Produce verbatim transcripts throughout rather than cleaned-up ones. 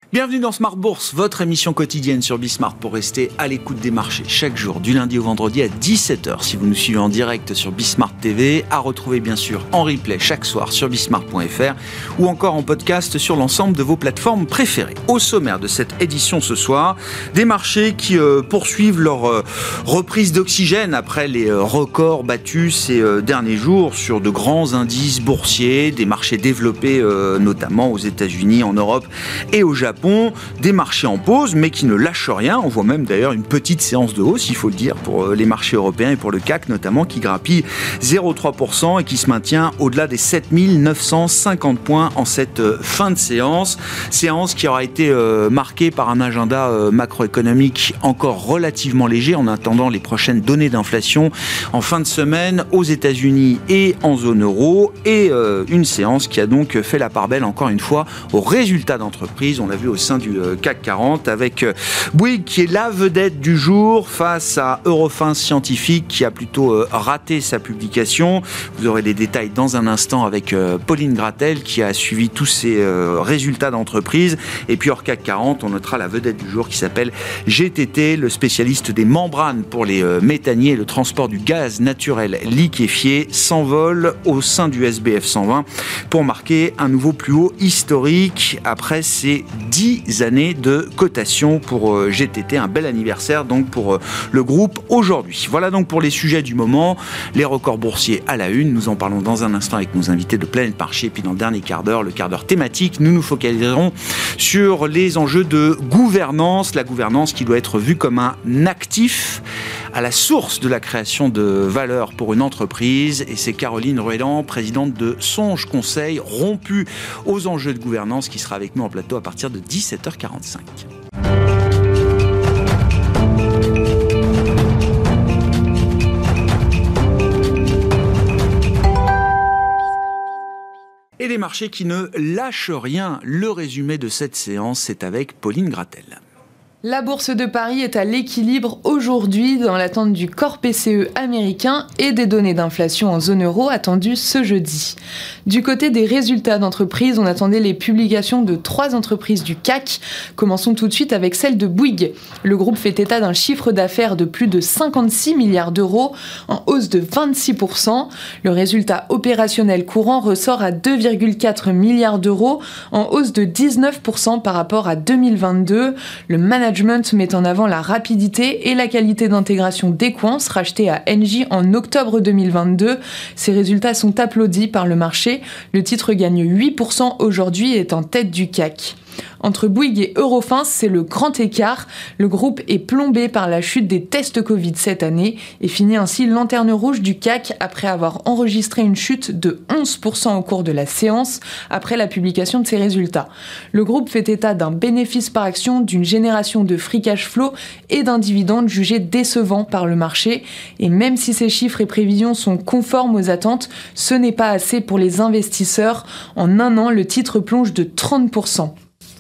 Bienvenue dans Smart Bourse, votre émission quotidienne sur Bismart pour rester à l'écoute des marchés chaque jour, du lundi au vendredi à dix-sept heures. Si vous nous suivez en direct sur Bismart T V, à retrouver bien sûr en replay chaque soir sur bismart point f r ou encore en podcast sur l'ensemble de vos plateformes préférées. Au sommaire de cette édition ce soir, des marchés qui euh, poursuivent leur euh, reprise d'oxygène après les euh, records battus ces euh, derniers jours sur de grands indices boursiers, des marchés développés euh, notamment aux États-Unis, en Europe et au Japon. Des marchés en pause, mais qui ne lâchent rien. On voit même d'ailleurs une petite séance de hausse, il faut le dire, pour les marchés européens et pour le C A C notamment, qui grappille zéro virgule trois pour cent et qui se maintient au-delà des sept mille neuf cent cinquante points en cette fin de séance. Séance qui aura été euh, marquée par un agenda euh, macroéconomique encore relativement léger en attendant les prochaines données d'inflation en fin de semaine aux États-Unis et en zone euro, et euh, une séance qui a donc fait la part belle encore une fois aux résultats d'entreprise. On l'a vu au sein du C A C quarante avec Bouygues qui est la vedette du jour face à Eurofins Scientifique qui a plutôt raté sa publication. Vous aurez les détails dans un instant avec Pauline Gratel qui a suivi tous ces résultats d'entreprise. Et puis hors C A C quarante, on notera la vedette du jour qui s'appelle G T T, le spécialiste des membranes pour les méthaniers et le transport du gaz naturel liquéfié, s'envole au sein du S B F cent vingt pour marquer un nouveau plus haut historique après ces dix années de cotation pour G T T. Un bel anniversaire donc pour le groupe aujourd'hui. Voilà donc pour les sujets du moment. Les records boursiers à la une. Nous en parlons dans un instant avec nos invités de Planète Marché. Puis dans le dernier quart d'heure, le quart d'heure thématique, nous nous focaliserons sur les enjeux de gouvernance. La gouvernance qui doit être vue comme un actif à la source de la création de valeur pour une entreprise. Et c'est Caroline Ruellan, présidente de Songe Conseil, rompue aux enjeux de gouvernance, qui sera avec nous en plateau à partir de dix-sept heures quarante-cinq. Et les marchés qui ne lâchent rien. Le résumé de cette séance, c'est avec Pauline Gratel. La bourse de Paris est à l'équilibre aujourd'hui dans l'attente du corps P C E américain et des données d'inflation en zone euro attendues ce jeudi. Du côté des résultats d'entreprises, on attendait les publications de trois entreprises du C A C. Commençons tout de suite avec celle de Bouygues. Le groupe fait état d'un chiffre d'affaires de plus de cinquante-six milliards d'euros, en hausse de vingt-six pour cent. Le résultat opérationnel courant ressort à deux virgule quatre milliards d'euros, en hausse de dix-neuf pour cent par rapport à deux mille vingt-deux. Le management met en avant la rapidité et la qualité d'intégration d'Equance, racheté à Engie en octobre deux mille vingt-deux. Ces résultats sont applaudis par le marché. Le titre gagne huit pour cent aujourd'hui et est en tête du C A C. Entre Bouygues et Eurofins, c'est le grand écart. Le groupe est plombé par la chute des tests Covid cette année et finit ainsi lanterne rouge du C A C après avoir enregistré une chute de onze pour cent au cours de la séance après la publication de ses résultats. Le groupe fait état d'un bénéfice par action, d'une génération de free cash flow et d'un dividende jugé décevant par le marché. Et même si ces chiffres et prévisions sont conformes aux attentes, ce n'est pas assez pour les investisseurs. En un an, le titre plonge de trente pour cent.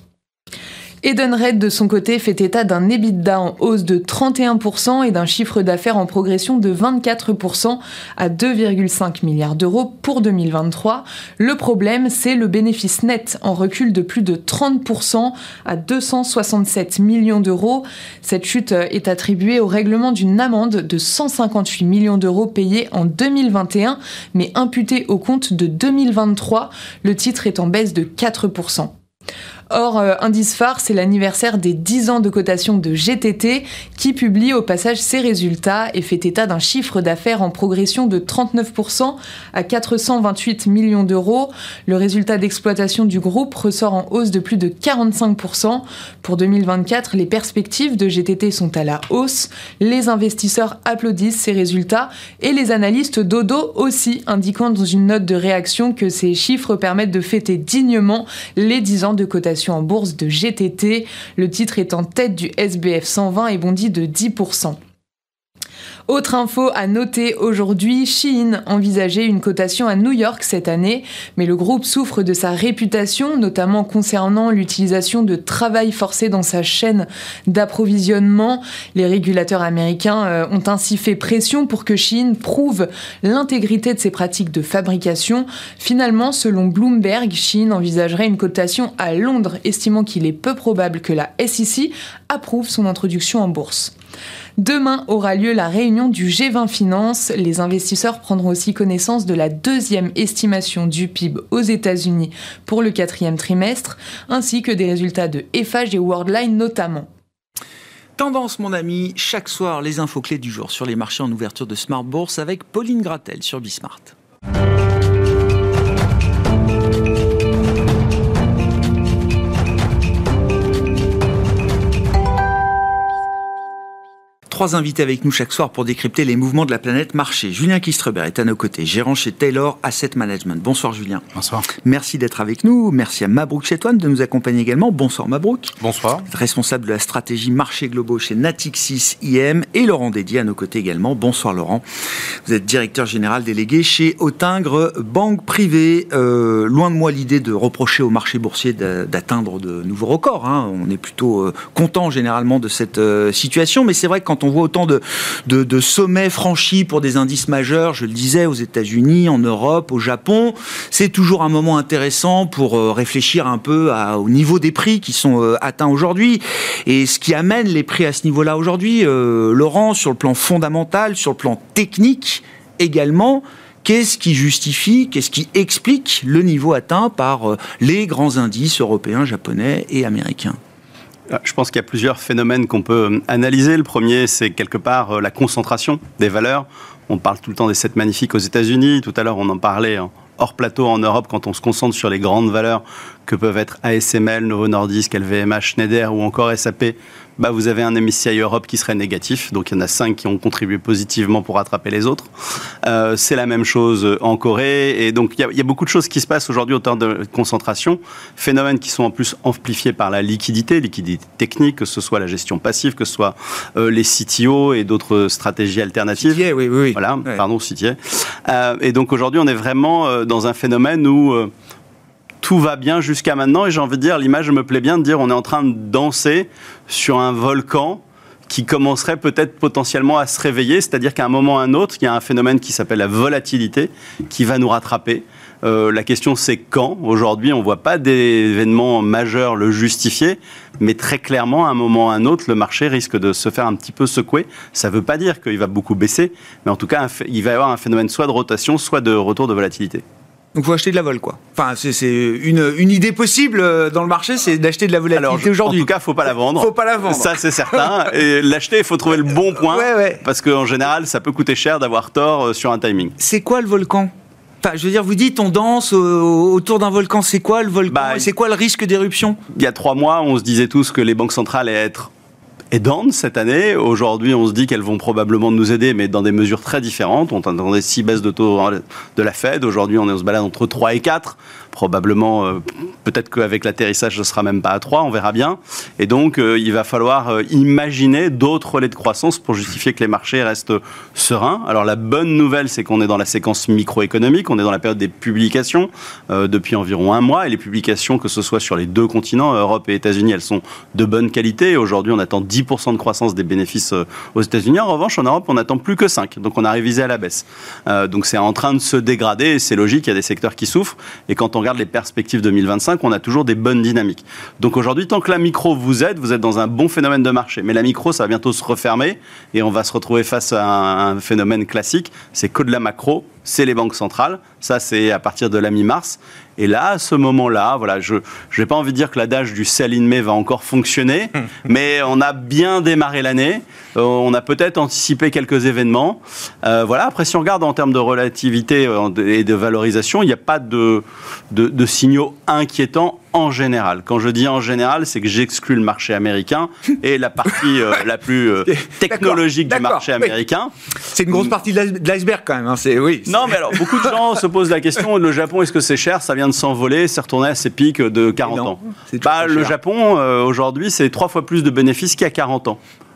Edenred, de son côté, fait état d'un EBITDA en hausse de trente et un pour cent et d'un chiffre d'affaires en progression de vingt-quatre pour cent à deux virgule cinq milliards d'euros pour deux mille vingt-trois. Le problème, c'est le bénéfice net en recul de plus de trente pour cent à deux cent soixante-sept millions d'euros. Cette chute est attribuée au règlement d'une amende de cent cinquante-huit millions d'euros payée en deux mille vingt et un, mais imputée au compte de deux mille vingt-trois. Le titre est en baisse de quatre pour cent. Or, euh, indice phare, c'est l'anniversaire des dix ans de cotation de G T T qui publie au passage ses résultats et fait état d'un chiffre d'affaires en progression de trente-neuf pour cent à quatre cent vingt-huit millions d'euros. Le résultat d'exploitation du groupe ressort en hausse de plus de quarante-cinq pour cent. Pour deux mille vingt-quatre, les perspectives de G T T sont à la hausse. Les investisseurs applaudissent ces résultats et les analystes dodo aussi, indiquant dans une note de réaction que ces chiffres permettent de fêter dignement les dix ans de cotation en bourse de G T T. Le titre est en tête du S B F cent vingt et bondit de dix pour cent. Autre info à noter aujourd'hui, Shein envisageait une cotation à New York cette année, mais le groupe souffre de sa réputation, notamment concernant l'utilisation de travail forcé dans sa chaîne d'approvisionnement. Les régulateurs américains euh, ont ainsi fait pression pour que Shein prouve l'intégrité de ses pratiques de fabrication. Finalement, selon Bloomberg, Shein envisagerait une cotation à Londres, estimant qu'il est peu probable que la S E C approuve son introduction en bourse. Demain aura lieu la réunion du G vingt Finance. Les investisseurs prendront aussi connaissance de la deuxième estimation du P I B aux États-Unis pour le quatrième trimestre, ainsi que des résultats de Eiffage et Worldline notamment. Tendance, mon ami, chaque soir, les infos clés du jour sur les marchés en ouverture de Smart Bourse avec Pauline Gratel sur Bismart. Trois invités avec nous chaque soir pour décrypter les mouvements de la planète marché. Julien Kistreber est à nos côtés, gérant chez Taylor Asset Management. Bonsoir Julien. Bonsoir. Merci d'être avec nous. Merci à Mabrouk Chetouane de nous accompagner également. Bonsoir Mabrouk. Bonsoir. Vous êtes responsable de la stratégie marché globaux chez Natixis I M et Laurent Dédier à nos côtés également. Bonsoir Laurent. Vous êtes directeur général délégué chez Autingre Banque Privée. Euh, loin de moi l'idée de reprocher au marché boursier d'atteindre de nouveaux records. Hein. On est plutôt euh, content généralement de cette euh, situation, mais c'est vrai que quand on on voit autant de, de, de sommets franchis pour des indices majeurs, je le disais, aux États-Unis, en Europe, au Japon. C'est toujours un moment intéressant pour euh, réfléchir un peu à, au niveau des prix qui sont euh, atteints aujourd'hui. Et ce qui amène les prix à ce niveau-là aujourd'hui, euh, Laurent, sur le plan fondamental, sur le plan technique également, qu'est-ce qui justifie, qu'est-ce qui explique le niveau atteint par euh, les grands indices européens, japonais et américains ? Je pense qu'il y a plusieurs phénomènes qu'on peut analyser. Le premier, c'est quelque part la concentration des valeurs. On parle tout le temps des sept magnifiques aux États-Unis. Tout à l'heure, on en parlait hors plateau en Europe quand on se concentre sur les grandes valeurs que peuvent être A S M L, Novo Nordisk, L V M H, Schneider ou encore S A P. Bah, vous avez un M S C I Europe qui serait négatif. Donc, il y en a cinq qui ont contribué positivement pour rattraper les autres. Euh, c'est la même chose en Corée. Et donc, il y, a, il y a beaucoup de choses qui se passent aujourd'hui au terme de concentration. Phénomènes qui sont en plus amplifiés par la liquidité, liquidité technique, que ce soit la gestion passive, que ce soit euh, les C T O et d'autres stratégies alternatives. C T A, oui, oui, oui. Voilà, ouais. pardon, C T A. Euh, et donc, aujourd'hui, on est vraiment euh, dans un phénomène où... Euh, tout va bien jusqu'à maintenant et j'ai envie de dire, l'image me plaît bien de dire on est en train de danser sur un volcan qui commencerait peut-être potentiellement à se réveiller, c'est-à-dire qu'à un moment ou à un autre, il y a un phénomène qui s'appelle la volatilité qui va nous rattraper. Euh, la question c'est quand. Aujourd'hui, on ne voit pas d'événements majeurs le justifier, mais très clairement, à un moment ou à un autre, le marché risque de se faire un petit peu secouer. Ça ne veut pas dire qu'il va beaucoup baisser, mais en tout cas, il va y avoir un phénomène soit de rotation, soit de retour de volatilité. Donc, il faut acheter de la vol, quoi. Enfin, c'est, c'est une, une idée possible dans le marché, c'est d'acheter de la volatilité Alors, aujourd'hui. En tout cas, il ne faut pas la vendre. faut pas la vendre. Ça, c'est certain. Et l'acheter, il faut trouver le bon point. Ouais, ouais. Parce qu'en général, ça peut coûter cher d'avoir tort sur un timing. C'est quoi le volcan ? Enfin, je veux dire, vous dites, on danse autour d'un volcan. C'est quoi le volcan ? bah, C'est quoi le risque d'éruption ? Il y a trois mois, on se disait tous que les banques centrales allaient être aidantes cette année. Aujourd'hui, on se dit qu'elles vont probablement nous aider, mais dans des mesures très différentes. On attendait six baisses de taux de la Fed. Aujourd'hui, on se balade entre trois et quatre. Probablement, euh, peut-être qu'avec l'atterrissage, ce ne sera même pas à trois, on verra bien. Et donc, euh, il va falloir euh, imaginer d'autres relais de croissance pour justifier que les marchés restent sereins. Alors, la bonne nouvelle, c'est qu'on est dans la séquence microéconomique, on est dans la période des publications euh, depuis environ un mois. Et les publications, que ce soit sur les deux continents, Europe et États-Unis, elles sont de bonne qualité. Aujourd'hui, on attend dix pour cent de croissance des bénéfices euh, aux États-Unis. En revanche, en Europe, on n'attend plus que cinq. Donc, on a révisé à la baisse. Euh, donc, c'est en train de se dégrader et c'est logique, il y a des secteurs qui souffrent. Et quand on regarde les perspectives deux mille vingt-cinq, on a toujours des bonnes dynamiques. Donc aujourd'hui, tant que la micro vous aide, vous êtes dans un bon phénomène de marché. Mais la micro, ça va bientôt se refermer et on va se retrouver face à un, un phénomène classique. C'est que de la macro, c'est les banques centrales. Ça, c'est à partir de la mi-mars. Et là, à ce moment-là, voilà, je n'ai pas envie de dire que l'adage du sell in May va encore fonctionner, mais on a bien démarré l'année. Euh, on a peut-être anticipé quelques événements. Euh, voilà. Après, si on regarde en termes de relativité et de valorisation, il n'y a pas de, de, de signaux inquiétants en général. Quand je dis en général, c'est que j'exclus le marché américain et la partie euh, la plus euh, technologique d'accord, du d'accord, marché américain. Oui. C'est une grosse partie de l'iceberg quand même. Hein. C'est, oui, c'est... Non, mais alors, beaucoup de gens se posent la question, le Japon, est-ce que c'est cher ? Ça vient de s'envoler, c'est retourné à ses pics de quarante non, ans. Bah, le Japon, euh, aujourd'hui, c'est trois fois plus de bénéfices qu'il y a quarante ans.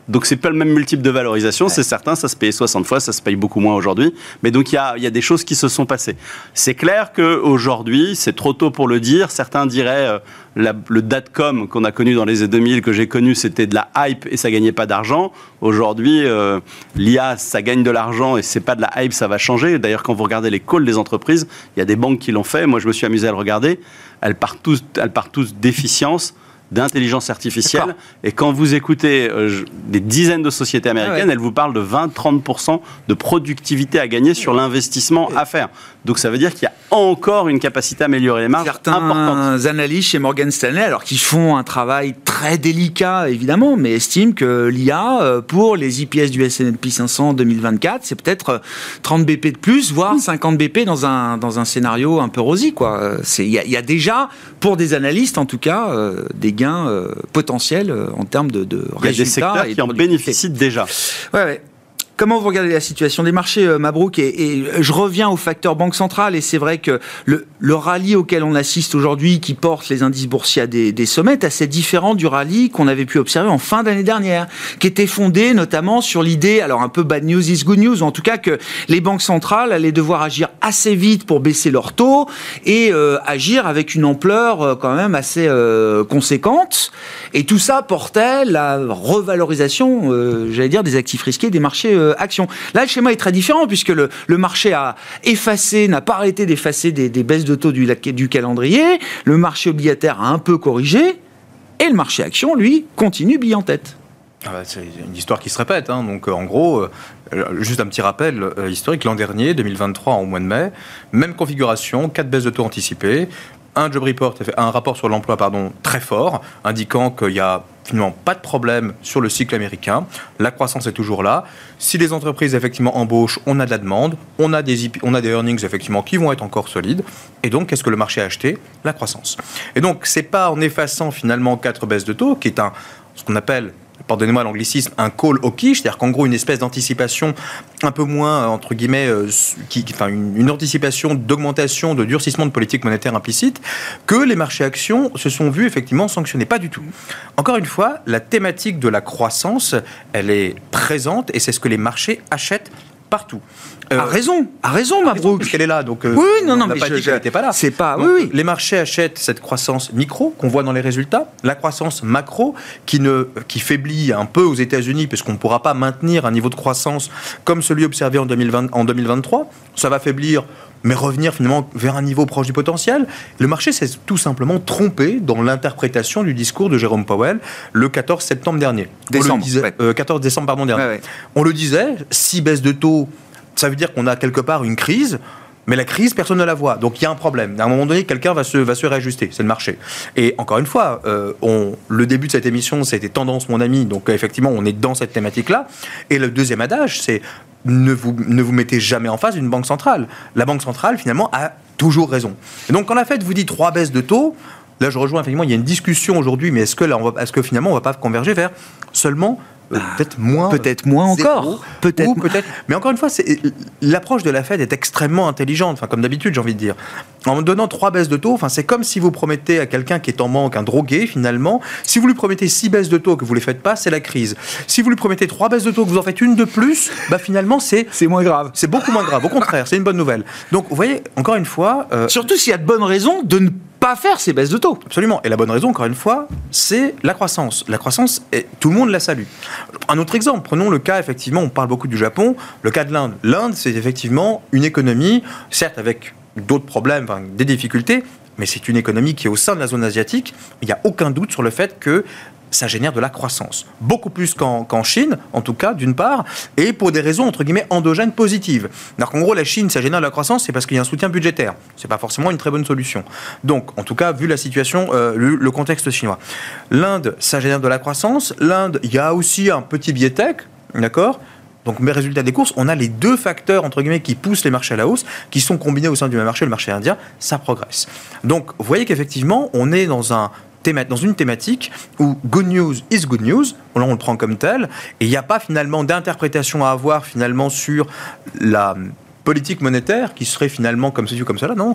Donc c'est pas le même multiple de valorisation, ouais. c'est certain, ça se paye soixante fois, ça se paye beaucoup moins aujourd'hui. Mais donc il y a, y a des choses qui se sont passées. C'est clair qu'aujourd'hui, c'est trop tôt pour le dire, certains diraient euh, la, le dot-com qu'on a connu dans les années deux mille, que j'ai connu, c'était de la hype et ça gagnait pas d'argent. Aujourd'hui, euh, l'I A, ça gagne de l'argent et c'est pas de la hype, ça va changer. D'ailleurs, quand vous regardez les calls des entreprises, il y a des banques qui l'ont fait. Moi, je me suis amusé à le regarder. Elles partent tous, elles partent tous d'efficience, d'intelligence artificielle. D'accord. Et quand vous écoutez euh, des dizaines de sociétés américaines, ah ouais. elles vous parlent de vingt à trente pour cent de productivité à gagner sur l'investissement à faire. Donc ça veut dire qu'il y a encore une capacité à améliorer les marges Certains importante. Certains analystes chez Morgan Stanley, alors qu'ils font un travail très délicat évidemment, mais estiment que l'I A, pour les E P S du S and P cinq cents en deux mille vingt-quatre, c'est peut-être trente B P de plus, voire cinquante B P dans un, dans un scénario un peu rosy, quoi. Il y, y a déjà, pour des analystes en tout cas, euh, des gains euh, potentiels euh, en termes de, de résultats. Il y a des secteurs qui en bénéficient déjà. Ouais, ouais. Comment vous regardez la situation des marchés, euh, Mabrouk, et, et je reviens au facteur banque centrale, et c'est vrai que le, le rallye auquel on assiste aujourd'hui, qui porte les indices boursiers à des, des sommets, est assez différent du rallye qu'on avait pu observer en fin d'année dernière, qui était fondé notamment sur l'idée, alors un peu bad news is good news, en tout cas que les banques centrales allaient devoir agir assez vite pour baisser leurs taux, et euh, agir avec une ampleur euh, quand même assez euh, conséquente, et tout ça portait la revalorisation, euh, j'allais dire, des actifs risqués des marchés euh, actions. Là, le schéma est très différent puisque le, le marché a effacé, n'a pas arrêté d'effacer des, des baisses de taux du, du calendrier. Le marché obligataire a un peu corrigé et le marché action, lui, continue bille en tête. Ah bah, c'est une histoire qui se répète. Hein. Donc, euh, en gros, euh, juste un petit rappel euh, historique. L'an dernier, deux mille vingt-trois, au mois de mai, même configuration, quatre baisses de taux anticipées. Un job report, un rapport sur l'emploi, pardon, très fort, indiquant qu'il y a finalement pas de problème sur le cycle américain. La croissance est toujours là. Si les entreprises effectivement embauchent, on a de la demande, on a des, on a des earnings effectivement qui vont être encore solides. Et donc, qu'est-ce que le marché a acheté ? La croissance. Et donc, c'est pas en effaçant finalement quatre baisses de taux, qui est un, ce qu'on appelle, pardonnez-moi l'anglicisme, un call hawkish, c'est-à-dire qu'en gros une espèce d'anticipation un peu moins, entre guillemets, euh, qui, enfin une, une anticipation d'augmentation, de durcissement de politique monétaire implicite, que les marchés actions se sont vus effectivement sanctionnés. Pas du tout. Encore une fois, la thématique de la croissance, elle est présente et c'est ce que les marchés achètent partout. Euh, a raison, a raison, Mabrouk. Parce qu'elle est là, donc euh, oui, non, non, on n'a pas je, dit qu'elle n'était pas là. C'est pas. Donc, oui, oui. Les marchés achètent cette croissance micro qu'on voit dans les résultats, la croissance macro qui ne, qui faiblit un peu aux États-Unis, parce qu'on ne pourra pas maintenir un niveau de croissance comme celui observé en deux mille vingt, en deux mille vingt-trois. Ça va faiblir, mais revenir finalement vers un niveau proche du potentiel. Le marché s'est tout simplement trompé dans l'interprétation du discours de Jérôme Powell le quatorze septembre dernier. Décembre, On le disait, ouais. euh, quatorze décembre pardon dernier. Ouais, ouais. On le disait, six baisses de taux. Ça veut dire qu'on a quelque part une crise, mais la crise, personne ne la voit. Donc il y a un problème. À un moment donné, quelqu'un va se, va se réajuster. C'est le marché. Et encore une fois, euh, on, le début de cette émission, c'était Tendance, mon ami. Donc effectivement, on est dans cette thématique-là. Et le deuxième adage, c'est ne vous, ne vous mettez jamais en face d'une banque centrale. La banque centrale, finalement, a toujours raison. Et donc quand la Fed vous dit trois baisses de taux, là je rejoins, effectivement, il y a une discussion aujourd'hui, mais est-ce que, là, on va, est-ce que finalement, on ne va pas converger vers seulement... Euh, peut-être moins, peut-être moins zéro, encore, peut-être, ou peut-être. Mais encore une fois, c'est, l'approche de la Fed est extrêmement intelligente. Enfin, comme d'habitude, j'ai envie de dire. En donnant trois baisses de taux, enfin, c'est comme si vous promettez à quelqu'un qui est en manque, un drogué, finalement. Si vous lui promettez six baisses de taux que vous les faites pas, c'est la crise. Si vous lui promettez trois baisses de taux que vous en faites une de plus, bah finalement, c'est c'est moins grave. C'est beaucoup moins grave. Au contraire, c'est une bonne nouvelle. Donc, vous voyez, encore une fois, euh, surtout s'il y a de bonnes raisons de ne pas faire ces baisses de taux. Absolument. Et la bonne raison, encore une fois, c'est la croissance. La croissance, tout le monde la salue. Un autre exemple, prenons le cas, effectivement, on parle beaucoup du Japon, le cas de l'Inde. L'Inde, c'est effectivement une économie, certes avec d'autres problèmes, enfin, des difficultés, mais c'est une économie qui est au sein de la zone asiatique. Il n'y a aucun doute sur le fait que ça génère de la croissance. Beaucoup plus qu'en, qu'en Chine, en tout cas, d'une part, et pour des raisons, entre guillemets, endogènes positives. Alors qu'en gros, la Chine, ça génère de la croissance, c'est parce qu'il y a un soutien budgétaire. C'est pas forcément une très bonne solution. Donc, en tout cas, vu la situation, euh, le, le contexte chinois. L'Inde, ça génère de la croissance. L'Inde, il y a aussi un petit biais tech, d'accord ? Donc, mes résultats des courses, on a les deux facteurs, entre guillemets, qui poussent les marchés à la hausse, qui sont combinés au sein du même marché, le marché indien, ça progresse. Donc, vous voyez qu'effectivement, on est dans un dans une thématique où good news is good news, là on le prend comme tel, et il n'y a pas finalement d'interprétation à avoir finalement sur la politique monétaire qui serait finalement comme ceci ou comme cela, non.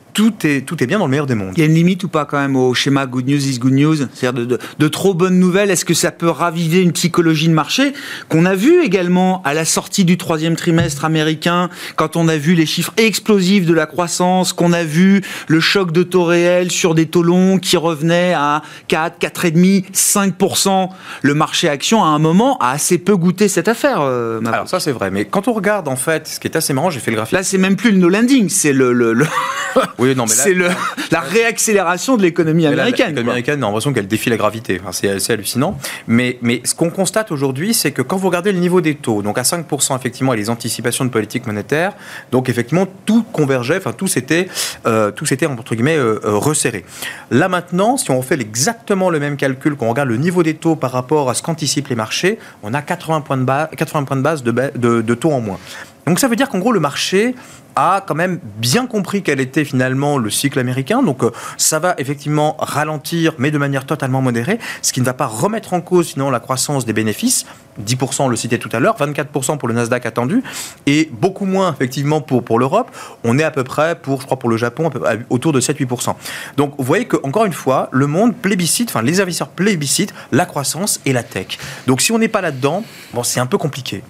tout est, tout est bien dans le meilleur des mondes. Il y a une limite ou pas quand même au schéma good news is good news, c'est-à-dire de, de, de trop bonnes nouvelles? Est-ce que ça peut raviver une psychologie de marché qu'on a vu également à la sortie du troisième trimestre américain, quand on a vu les chiffres explosifs de la croissance, qu'on a vu le choc de taux réels sur des taux longs qui revenaient à quatre, quatre virgule cinq, cinq pour cent. Le marché action, à un moment, a assez peu goûté cette affaire. Euh, Alors ça, c'est vrai. Mais quand on regarde, en fait, ce qui est assez marrant, j'ai fait le graphique. Là, c'est même plus le no landing, c'est le... le, le... Oui, non, mais là, c'est le, la réaccélération de l'économie américaine. L'économie américaine, on a l'impression qu'elle défie la gravité. Enfin, c'est assez hallucinant. Mais, mais ce qu'on constate aujourd'hui, c'est que quand vous regardez le niveau des taux, donc à cinq pour cent, effectivement, et les anticipations de politique monétaire, donc effectivement, tout convergeait, enfin, tout s'était, euh, tout s'était entre guillemets, euh, resserré. Là, maintenant, si on fait exactement le même calcul, qu'on regarde le niveau des taux par rapport à ce qu'anticipent les marchés, on a quatre-vingts points de base, quatre-vingts points de base de, de, de taux en moins. Donc ça veut dire qu'en gros, le marché a quand même bien compris quel était finalement le cycle américain. Donc euh, ça va effectivement ralentir, mais de manière totalement modérée, ce qui ne va pas remettre en cause sinon la croissance des bénéfices. dix pour cent, on le citait tout à l'heure, vingt-quatre pour cent pour le Nasdaq attendu, et beaucoup moins effectivement pour, pour l'Europe. On est à peu près, pour, je crois pour le Japon, à peu, à, autour de sept à huit pour cent. Donc vous voyez qu'encore une fois, le monde plébiscite, enfin les investisseurs plébiscitent la croissance et la tech. Donc si on n'est pas là-dedans, bon, c'est un peu compliqué.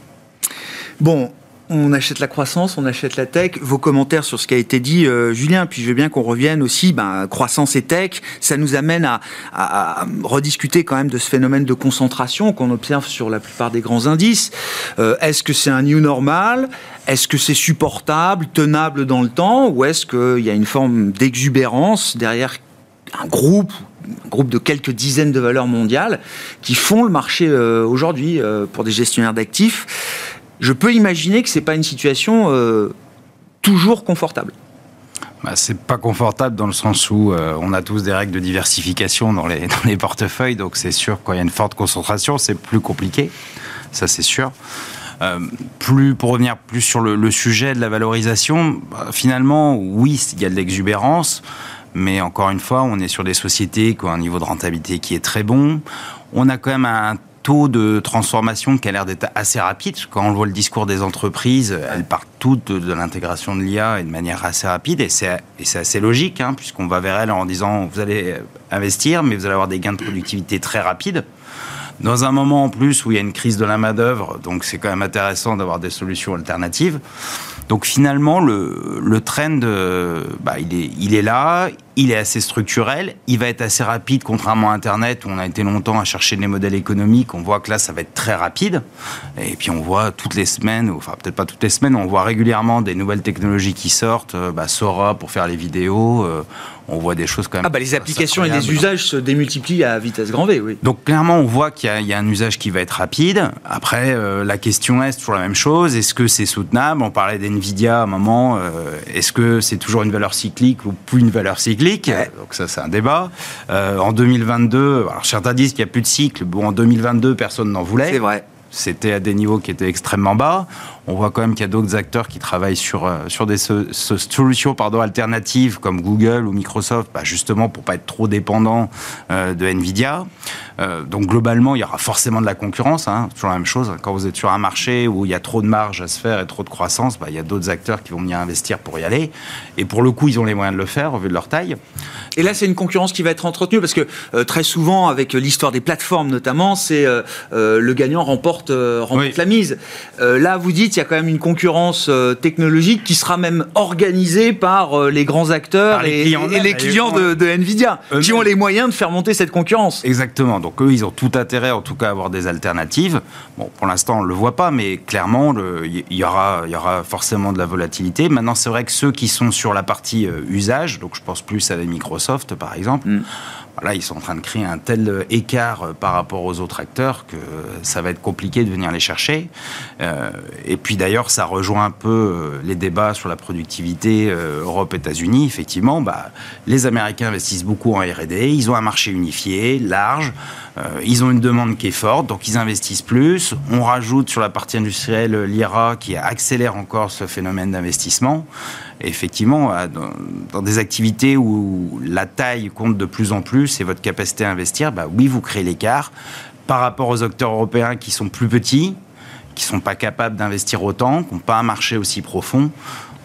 Bon, on achète la croissance, on achète la tech. Vos commentaires sur ce qui a été dit, euh, Julien, puis je veux bien qu'on revienne aussi, ben, croissance et tech, ça nous amène à, à, à rediscuter quand même de ce phénomène de concentration qu'on observe sur la plupart des grands indices. Euh, est-ce que c'est un new normal ? Est-ce que c'est supportable, tenable dans le temps ? Ou est-ce qu'il y a une forme d'exubérance derrière un groupe un groupe de quelques dizaines de valeurs mondiales qui font le marché euh, aujourd'hui euh, pour des gestionnaires d'actifs ? Je peux imaginer que ce n'est pas une situation euh, toujours confortable. Bah, c'est pas confortable dans le sens où euh, on a tous des règles de diversification dans les, dans les portefeuilles, donc c'est sûr quand il y a une forte concentration, c'est plus compliqué, ça c'est sûr. Euh, plus, pour revenir plus sur le, le sujet de la valorisation, bah, finalement, oui, il y a de l'exubérance, mais encore une fois, on est sur des sociétés qui ont un niveau de rentabilité qui est très bon. On a quand même un taux de transformation qui a l'air d'être assez rapide. Quand on voit le discours des entreprises, elles partent toutes de, de l'intégration de l'I A et de manière assez rapide, et c'est, et c'est assez logique, hein, puisqu'on va vers elles en disant vous allez investir, mais vous allez avoir des gains de productivité très rapides. Dans un moment en plus où il y a une crise de la main-d'œuvre, donc c'est quand même intéressant d'avoir des solutions alternatives. Donc finalement, le, le trend, euh, bah, il est, il est là, il est assez structurel, il va être assez rapide, contrairement à Internet, où on a été longtemps à chercher des modèles économiques, on voit que là, ça va être très rapide. Et puis on voit toutes les semaines, enfin peut-être pas toutes les semaines, on voit régulièrement des nouvelles technologies qui sortent, euh, bah, Sora pour faire les vidéos, euh, on voit des choses quand même... Ah bah les applications et les usages se démultiplient à vitesse grand V, oui. Donc clairement, on voit qu'il y a, il y a un usage qui va être rapide. Après, euh, la question est toujours la même chose, est-ce que c'est soutenable ? On parlait d'NVIDIA à un moment, euh, est-ce que c'est toujours une valeur cyclique ou plus une valeur cyclique ? Ouais. Donc ça, c'est un débat. Euh, en deux mille vingt-deux, alors certains disent qu'il n'y a plus de cycle. Bon, en deux mille vingt-deux, personne n'en voulait. C'est vrai. C'était à des niveaux qui étaient extrêmement bas. On voit quand même qu'il y a d'autres acteurs qui travaillent sur, euh, sur des so- so- solutions pardon, alternatives comme Google ou Microsoft, bah justement pour ne pas être trop dépendant euh, de NVIDIA. Euh, donc globalement, il y aura forcément de la concurrence. Hein, toujours la même chose. Quand vous êtes sur un marché où il y a trop de marge à se faire et trop de croissance, bah, il y a d'autres acteurs qui vont venir investir pour y aller. Et pour le coup, ils ont les moyens de le faire au vu de leur taille. Et là, c'est une concurrence qui va être entretenue parce que euh, très souvent, avec l'histoire des plateformes notamment, c'est euh, euh, le gagnant remporte, euh, remporte oui. la mise. Euh, là, vous dites, il y a quand même une concurrence euh, technologique qui sera même organisée par euh, les grands acteurs les et, clients, et les clients de, de NVIDIA, eux qui ont les moyens de faire monter cette concurrence. Exactement. Donc eux, ils ont tout intérêt, en tout cas, à avoir des alternatives. Bon, pour l'instant, on ne le voit pas, mais clairement, il y aura, y aura forcément de la volatilité. Maintenant, c'est vrai que ceux qui sont sur la partie euh, usage, donc je pense plus à des Microsoft, par exemple, mm. Voilà, ils sont en train de créer un tel écart par rapport aux autres acteurs que ça va être compliqué de venir les chercher. Euh, et puis d'ailleurs, ça rejoint un peu les débats sur la productivité euh, Europe-États-Unis. Effectivement, bah, les Américains investissent beaucoup en R et D, ils ont un marché unifié, large, euh, ils ont une demande qui est forte, donc ils investissent plus. On rajoute sur la partie industrielle l'I R A qui accélère encore ce phénomène d'investissement. Et effectivement, dans, dans des activités où la taille compte de plus en plus et votre capacité à investir, bah oui, vous créez l'écart par rapport aux acteurs européens qui sont plus petits, qui ne sont pas capables d'investir autant, qui n'ont pas un marché aussi profond.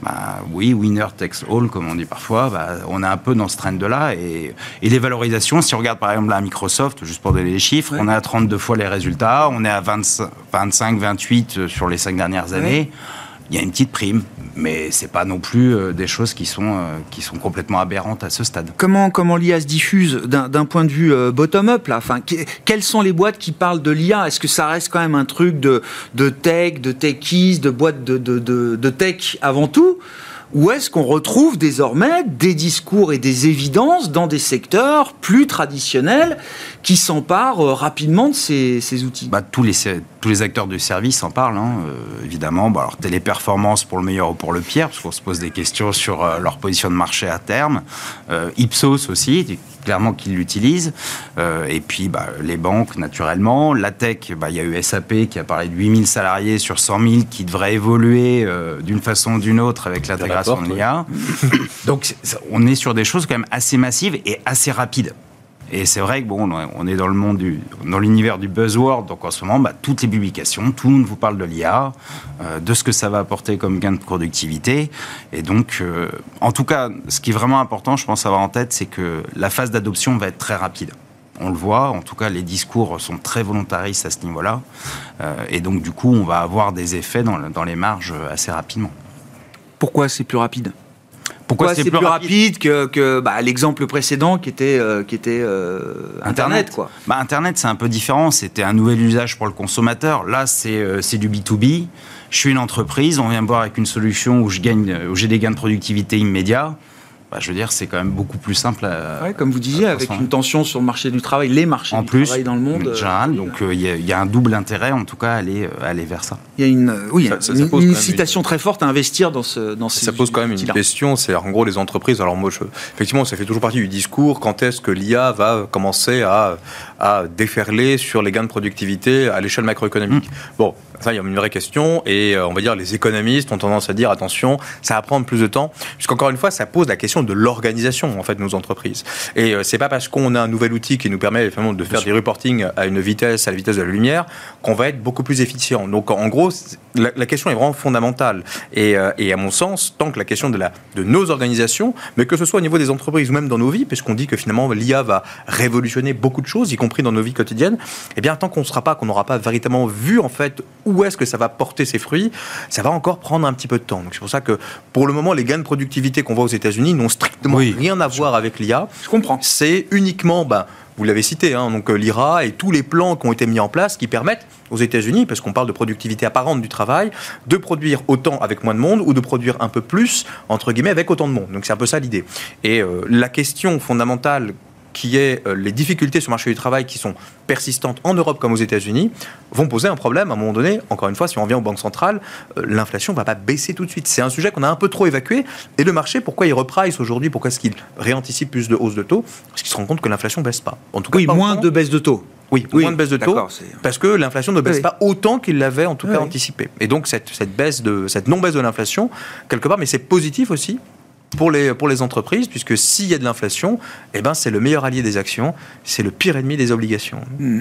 Bah, oui, winner takes all, comme on dit parfois. Bah, on est un peu dans ce trend-là. Et, et les valorisations, si on regarde par exemple à Microsoft, juste pour donner les chiffres, ouais. on est à trente-deux fois les résultats, on est à vingt-cinq, vingt-huit sur les cinq dernières années. Ouais. Il y a une petite prime, mais c'est pas non plus euh, des choses qui sont, euh, qui sont complètement aberrantes à ce stade. Comment, comment l'I A se diffuse d'un, d'un point de vue euh, bottom-up là, enfin, qu- quelles sont les boîtes qui parlent de l'I A ? Est-ce que ça reste quand même un truc de, de tech, de techies, de boîtes de, de, de, de tech avant tout ? Ou est-ce qu'on retrouve désormais des discours et des évidences dans des secteurs plus traditionnels qui s'emparent euh, rapidement de ces, ces outils ? bah, tous, les, tous les acteurs du service en parlent, hein, euh, évidemment. Bah, alors, téléperformance pour le meilleur ou pour le pire, parce qu'on se pose des questions sur euh, leur position de marché à terme. Euh, Ipsos aussi, clairement qu'ils l'utilisent. Euh, et puis, bah, les banques, naturellement. La tech, bah, il y a eu S A P qui a parlé de huit mille salariés sur cent mille qui devraient évoluer euh, d'une façon ou d'une autre avec l'intégration de l'I A. Ouais. Donc, on est sur des choses quand même assez massives et assez rapides. Et c'est vrai que bon, on est dans le monde du, dans l'univers du buzzword, donc en ce moment, bah, toutes les publications, tout le monde vous parle de l'I A, euh, de ce que ça va apporter comme gain de productivité. Et donc, euh, en tout cas, ce qui est vraiment important, je pense avoir en tête, c'est que la phase d'adoption va être très rapide. On le voit, en tout cas, les discours sont très volontaristes à ce niveau-là. Euh, et donc, du coup, on va avoir des effets dans, dans les marges assez rapidement. Pourquoi c'est plus rapide ? Pourquoi, Pourquoi c'est, c'est plus, plus rapide, rapide que, que bah, l'exemple précédent qui était, euh, qui était euh, Internet, Internet quoi. Bah, Internet, c'est un peu différent. C'était un nouvel usage pour le consommateur. Là, c'est, euh, c'est du B deux B. Je suis une entreprise, on vient me voir avec une solution où, je gagne, où j'ai des gains de productivité immédiats. Bah, je veux dire, c'est quand même beaucoup plus simple à... Ouais, comme vous disiez, avec une tension sur le marché du travail, les marchés en du plus, travail dans le monde. En général, euh, donc il euh, y, y a un double intérêt, en tout cas, à aller, à aller vers ça. Il y a une, euh, oui, ça, ça, une, ça une incitation une... très forte à investir dans, ce, dans ces... Ça pose quand même une question, c'est en gros les entreprises, alors moi, je, effectivement, ça fait toujours partie du discours, quand est-ce que l'I A va commencer à, à déferler sur les gains de productivité à l'échelle macroéconomique. Mmh. Bon, ça, il y a une vraie question, et euh, on va dire, les économistes ont tendance à dire, attention, ça va prendre plus de temps, puisqu'encore une fois, ça pose la question de l'organisation en fait de nos entreprises. Et euh, c'est pas parce qu'on a un nouvel outil qui nous permet finalement de faire des reporting à une vitesse, à la vitesse de la lumière, qu'on va être beaucoup plus efficient. Donc en gros, la, la question est vraiment fondamentale. Et, euh, et à mon sens, tant que la question de, la, de nos organisations, mais que ce soit au niveau des entreprises ou même dans nos vies, puisqu'on dit que finalement l'I A va révolutionner beaucoup de choses, y compris dans nos vies quotidiennes, eh bien tant qu'on ne sera pas, qu'on n'aura pas véritablement vu en fait où est-ce que ça va porter ses fruits, ça va encore prendre un petit peu de temps. Donc c'est pour ça que pour le moment, les gains de productivité qu'on voit aux États-Unis n'ont strictement oui. rien à voir avec l'I A. Je comprends. C'est uniquement, ben, vous l'avez cité, hein, donc l'I R A et tous les plans qui ont été mis en place qui permettent aux États-Unis, parce qu'on parle de productivité apparente du travail, de produire autant avec moins de monde ou de produire un peu plus, entre guillemets, avec autant de monde. Donc c'est un peu ça l'idée. Et euh, la question fondamentale qui est euh, les difficultés sur le marché du travail qui sont persistantes en Europe comme aux États-Unis, vont poser un problème à un moment donné. Encore une fois, si on revient aux banques centrales, euh, l'inflation ne va pas baisser tout de suite. C'est un sujet qu'on a un peu trop évacué. Et le marché, pourquoi il reprice aujourd'hui ? Pourquoi est-ce qu'il réanticipe plus de hausse de taux ? Parce qu'il se rend compte que l'inflation ne baisse pas. En tout cas, oui, moins de baisse de taux. Oui, oui, moins de baisse de taux, c'est... parce que l'inflation ne baisse oui. pas autant qu'il l'avait en tout cas oui. anticipé. Et donc cette, cette, baisse de, cette non-baisse de l'inflation, quelque part, mais c'est positif aussi, Pour les, pour les entreprises, puisque s'il y a de l'inflation, eh ben c'est le meilleur allié des actions, c'est le pire ennemi des obligations. Mmh.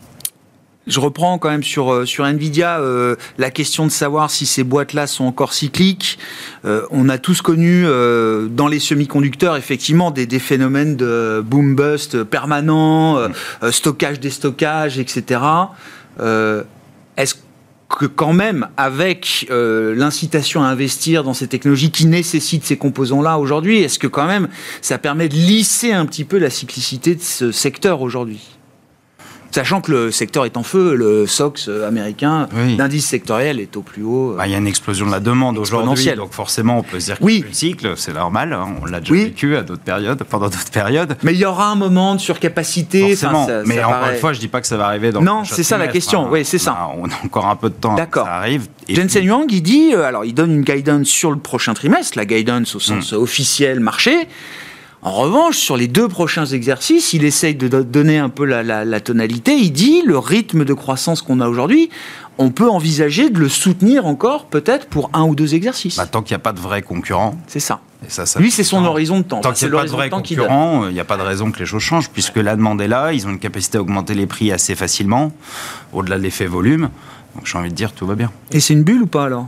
Je reprends quand même sur, sur Nvidia euh, la question de savoir si ces boîtes-là sont encore cycliques. Euh, on a tous connu euh, dans les semi-conducteurs effectivement des, des phénomènes de boom-bust permanents, euh, mmh. stockage, déstockage, et cetera. Euh, est-ce que quand même, avec euh, l'incitation à investir dans ces technologies qui nécessitent ces composants-là aujourd'hui, est-ce que quand même ça permet de lisser un petit peu la cyclicité de ce secteur aujourd'hui ? Sachant que le secteur est en feu, le S O X américain, oui. l'indice sectoriel est au plus haut. Bah, il y a une explosion de la demande aujourd'hui, donc forcément on peut se dire qu'il y a un cycle, c'est normal, hein, on l'a déjà oui. vécu à d'autres périodes, pendant d'autres périodes. Mais il y aura un moment de surcapacité. Forcément, ça, mais ça encore paraît... une fois, je ne dis pas que ça va arriver dans non, le c'est ça la question, hein. oui, c'est ça. On a, on a encore un peu de temps, d'accord. Ça arrive. Et Jensen puis... Huang, il dit, alors il donne une guidance sur le prochain trimestre, la guidance au sens hum. officiel marché. En revanche, sur les deux prochains exercices, il essaye de donner un peu la, la, la tonalité. Il dit, le rythme de croissance qu'on a aujourd'hui, on peut envisager de le soutenir encore, peut-être, pour un ou deux exercices. Bah, tant qu'il n'y a pas de vrais concurrents. C'est ça. Et ça, ça Lui, c'est son temps. horizon de temps. Tant qu'il n'y a pas de vrais concurrents, il n'y a pas de raison que les choses changent, puisque la demande est là, ils ont une capacité à augmenter les prix assez facilement, au-delà de l'effet volume. Donc j'ai envie de dire, tout va bien. Et c'est une bulle ou pas, alors ?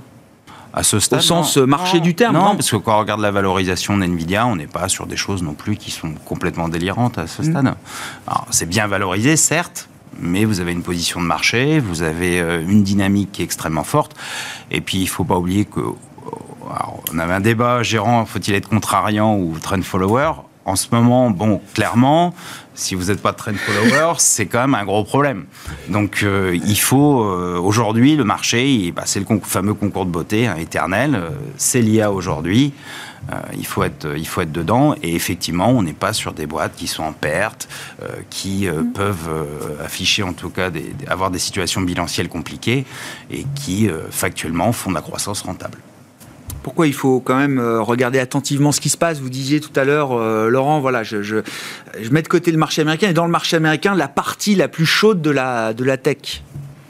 À ce stade, au sens non. marché non, du terme, non, non parce que quand on regarde la valorisation d'NVIDIA, on n'est pas sur des choses non plus qui sont complètement délirantes à ce stade. Mmh. Alors, c'est bien valorisé, certes, mais vous avez une position de marché, vous avez une dynamique qui est extrêmement forte, et puis il ne faut pas oublier que alors, on avait un débat gérant, faut-il être contrariant ou trend follower? En ce moment, bon, clairement, si vous n'êtes pas trend follower, c'est quand même un gros problème. Donc, euh, il faut, euh, aujourd'hui, le marché, il, bah, c'est le con- fameux concours de beauté hein, éternel, euh, c'est l'I A aujourd'hui, euh, il, faut être, il faut être dedans, et effectivement, on n'est pas sur des boîtes qui sont en perte, euh, qui euh, mmh. peuvent euh, afficher, en tout cas, des, avoir des situations bilancielles compliquées, et qui, euh, factuellement, font de la croissance rentable. Pourquoi il faut quand même regarder attentivement ce qui se passe? Vous disiez tout à l'heure, euh, Laurent, voilà, je, je, je mets de côté le marché américain, et dans le marché américain, la partie la plus chaude de la, de la tech.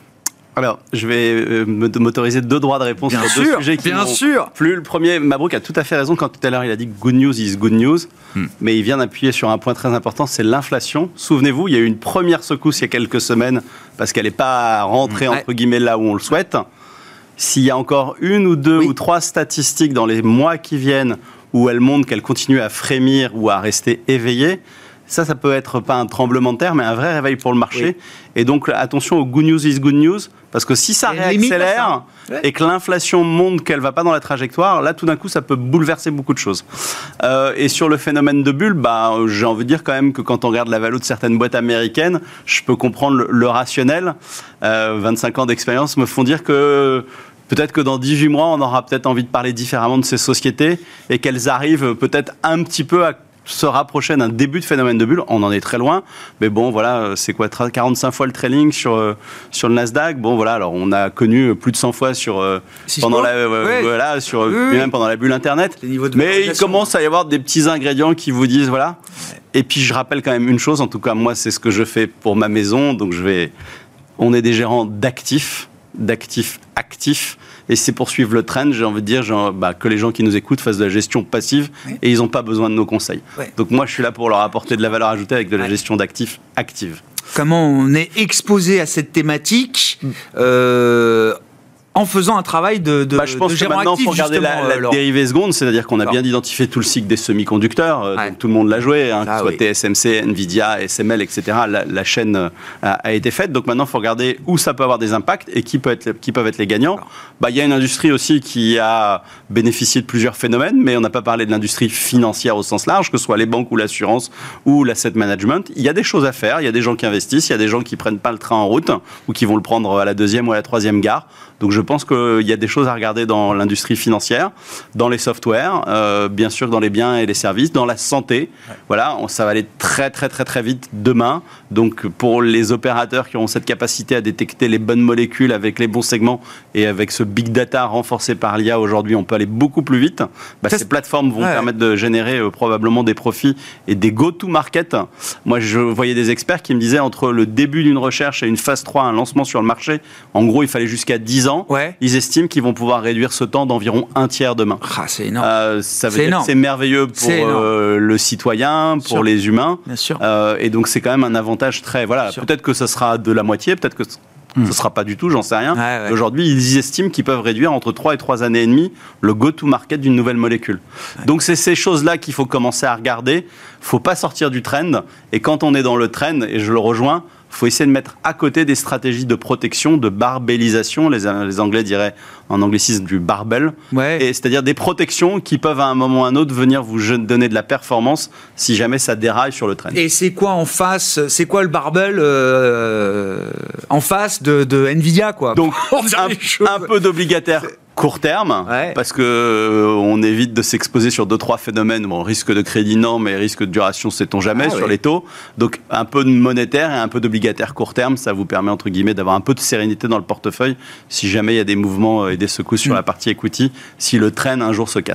Alors, je vais euh, m'autoriser deux droits de réponse bien sur sûr, deux sujets qui bien sûr. Plus le premier, Mabrouk a tout à fait raison quand tout à l'heure il a dit good news is good news, hmm. mais il vient d'appuyer sur un point très important, c'est l'inflation. Souvenez-vous, il y a eu une première secousse il y a quelques semaines parce qu'elle n'est pas rentrée hmm. entre guillemets là où on le souhaite. S'il y a encore une ou deux oui. ou trois statistiques dans les mois qui viennent où elles montrent qu'elles continuent à frémir ou à rester éveillées, ça, ça peut être pas un tremblement de terre, mais un vrai réveil pour le marché. Oui. Et donc, attention au good news is good news, parce que si ça réaccélère ouais. et que l'inflation montre qu'elle va pas dans la trajectoire, là, tout d'un coup, ça peut bouleverser beaucoup de choses. Euh, et sur le phénomène de bulle, bah, j'ai envie de dire quand même que quand on regarde la valeur de certaines boîtes américaines, je peux comprendre le, le rationnel. Euh, vingt-cinq ans d'expérience me font dire que peut-être que dans dix-huit mois, on aura peut-être envie de parler différemment de ces sociétés et qu'elles arrivent peut-être un petit peu à se rapprocher d'un début de phénomène de bulle. On en est très loin, mais bon, voilà, c'est quoi, quarante-cinq fois le trailing sur, sur le Nasdaq. Bon, voilà, alors on a connu plus de cent fois sur, pendant la, euh, ouais. voilà, sur, oui, même pendant la bulle Internet. Mais il commence à y avoir des petits ingrédients qui vous disent, voilà. Ouais. Et puis, je rappelle quand même une chose, en tout cas, moi, c'est ce que je fais pour ma maison, donc je vais... On est des gérants d'actifs, d'actifs actifs, et c'est pour suivre le trend, j'ai envie de dire genre, bah, que les gens qui nous écoutent fassent de la gestion passive oui. et ils n'ont pas besoin de nos conseils. Oui. Donc moi, je suis là pour leur apporter de la valeur ajoutée avec de la oui. gestion d'actifs active. Comment on est exposé à cette thématique euh, en faisant un travail de, de, bah, je pense de que gérant maintenant, actif, il faut regarder la, la dérivée seconde, c'est-à-dire qu'on a bien identifié tout le cycle des semi-conducteurs, euh, ouais. donc tout le monde l'a joué, hein, ah, que ce soit oui. T S M C, Nvidia, S M L, et cetera. La, la chaîne euh, a, a été faite, donc maintenant, il faut regarder où ça peut avoir des impacts et qui, peut être, qui peuvent être les gagnants. Bah, y a une industrie aussi qui a bénéficié de plusieurs phénomènes, mais on n'a pas parlé de l'industrie financière au sens large, que ce soit les banques ou l'assurance ou l'asset management. Il y a des choses à faire, il y a des gens qui investissent, il y a des gens qui ne prennent pas le train en route ou qui vont le prendre à la deuxième ou à la troisième gare. Donc je pense qu'il y a des choses à regarder dans l'industrie financière, dans les softwares, euh, bien sûr dans les biens et les services, dans la santé. Ouais. Voilà, on, ça va aller très très très très vite demain. Donc pour les opérateurs qui auront cette capacité à détecter les bonnes molécules avec les bons segments et avec ce big data renforcé par l'I A aujourd'hui, on peut aller beaucoup plus vite. Bah, ces plateformes vont ouais. permettre de générer euh, probablement des profits et des go-to-market. Moi, je voyais des experts qui me disaient entre le début d'une recherche et une phase trois, un lancement sur le marché, en gros, il fallait jusqu'à dix ans. Ouais. Ils estiment qu'ils vont pouvoir réduire ce temps d'environ un tiers demain. Ah, c'est énorme. Euh, ça veut c'est dire énorme. que c'est merveilleux pour c'est euh, le citoyen, pour sûr. les humains. Bien sûr. Euh, et donc, c'est quand même un avantage très... Voilà, peut-être que ça sera de la moitié, peut-être que... Ce ne sera pas du tout, j'en sais rien. Ouais, ouais. Aujourd'hui, ils estiment qu'ils peuvent réduire entre trois et trois années et demie le go-to-market d'une nouvelle molécule. Ouais. Donc, c'est ces choses-là qu'il faut commencer à regarder. Il ne faut pas sortir du trend. Et quand on est dans le trend, et je le rejoins, il faut essayer de mettre à côté des stratégies de protection, de barbellisation, les, les Anglais diraient en anglicisme du barbell, ouais. et c'est-à-dire des protections qui peuvent à un moment ou à un autre venir vous donner de la performance si jamais ça déraille sur le trend. Et c'est quoi en face, c'est quoi le barbell euh, en face de, de Nvidia quoi? Donc un, un peu d'obligataire court terme, ouais. parce que euh, on évite de s'exposer sur deux trois phénomènes. Bon, risque de crédit non, mais risque de duration, sait-on jamais ah, sur oui. les taux. Donc un peu de monétaire et un peu d'obligataire court terme, ça vous permet entre guillemets d'avoir un peu de sérénité dans le portefeuille si jamais il y a des mouvements et des secousses sur mmh. la partie equity, si le trend un jour se casse.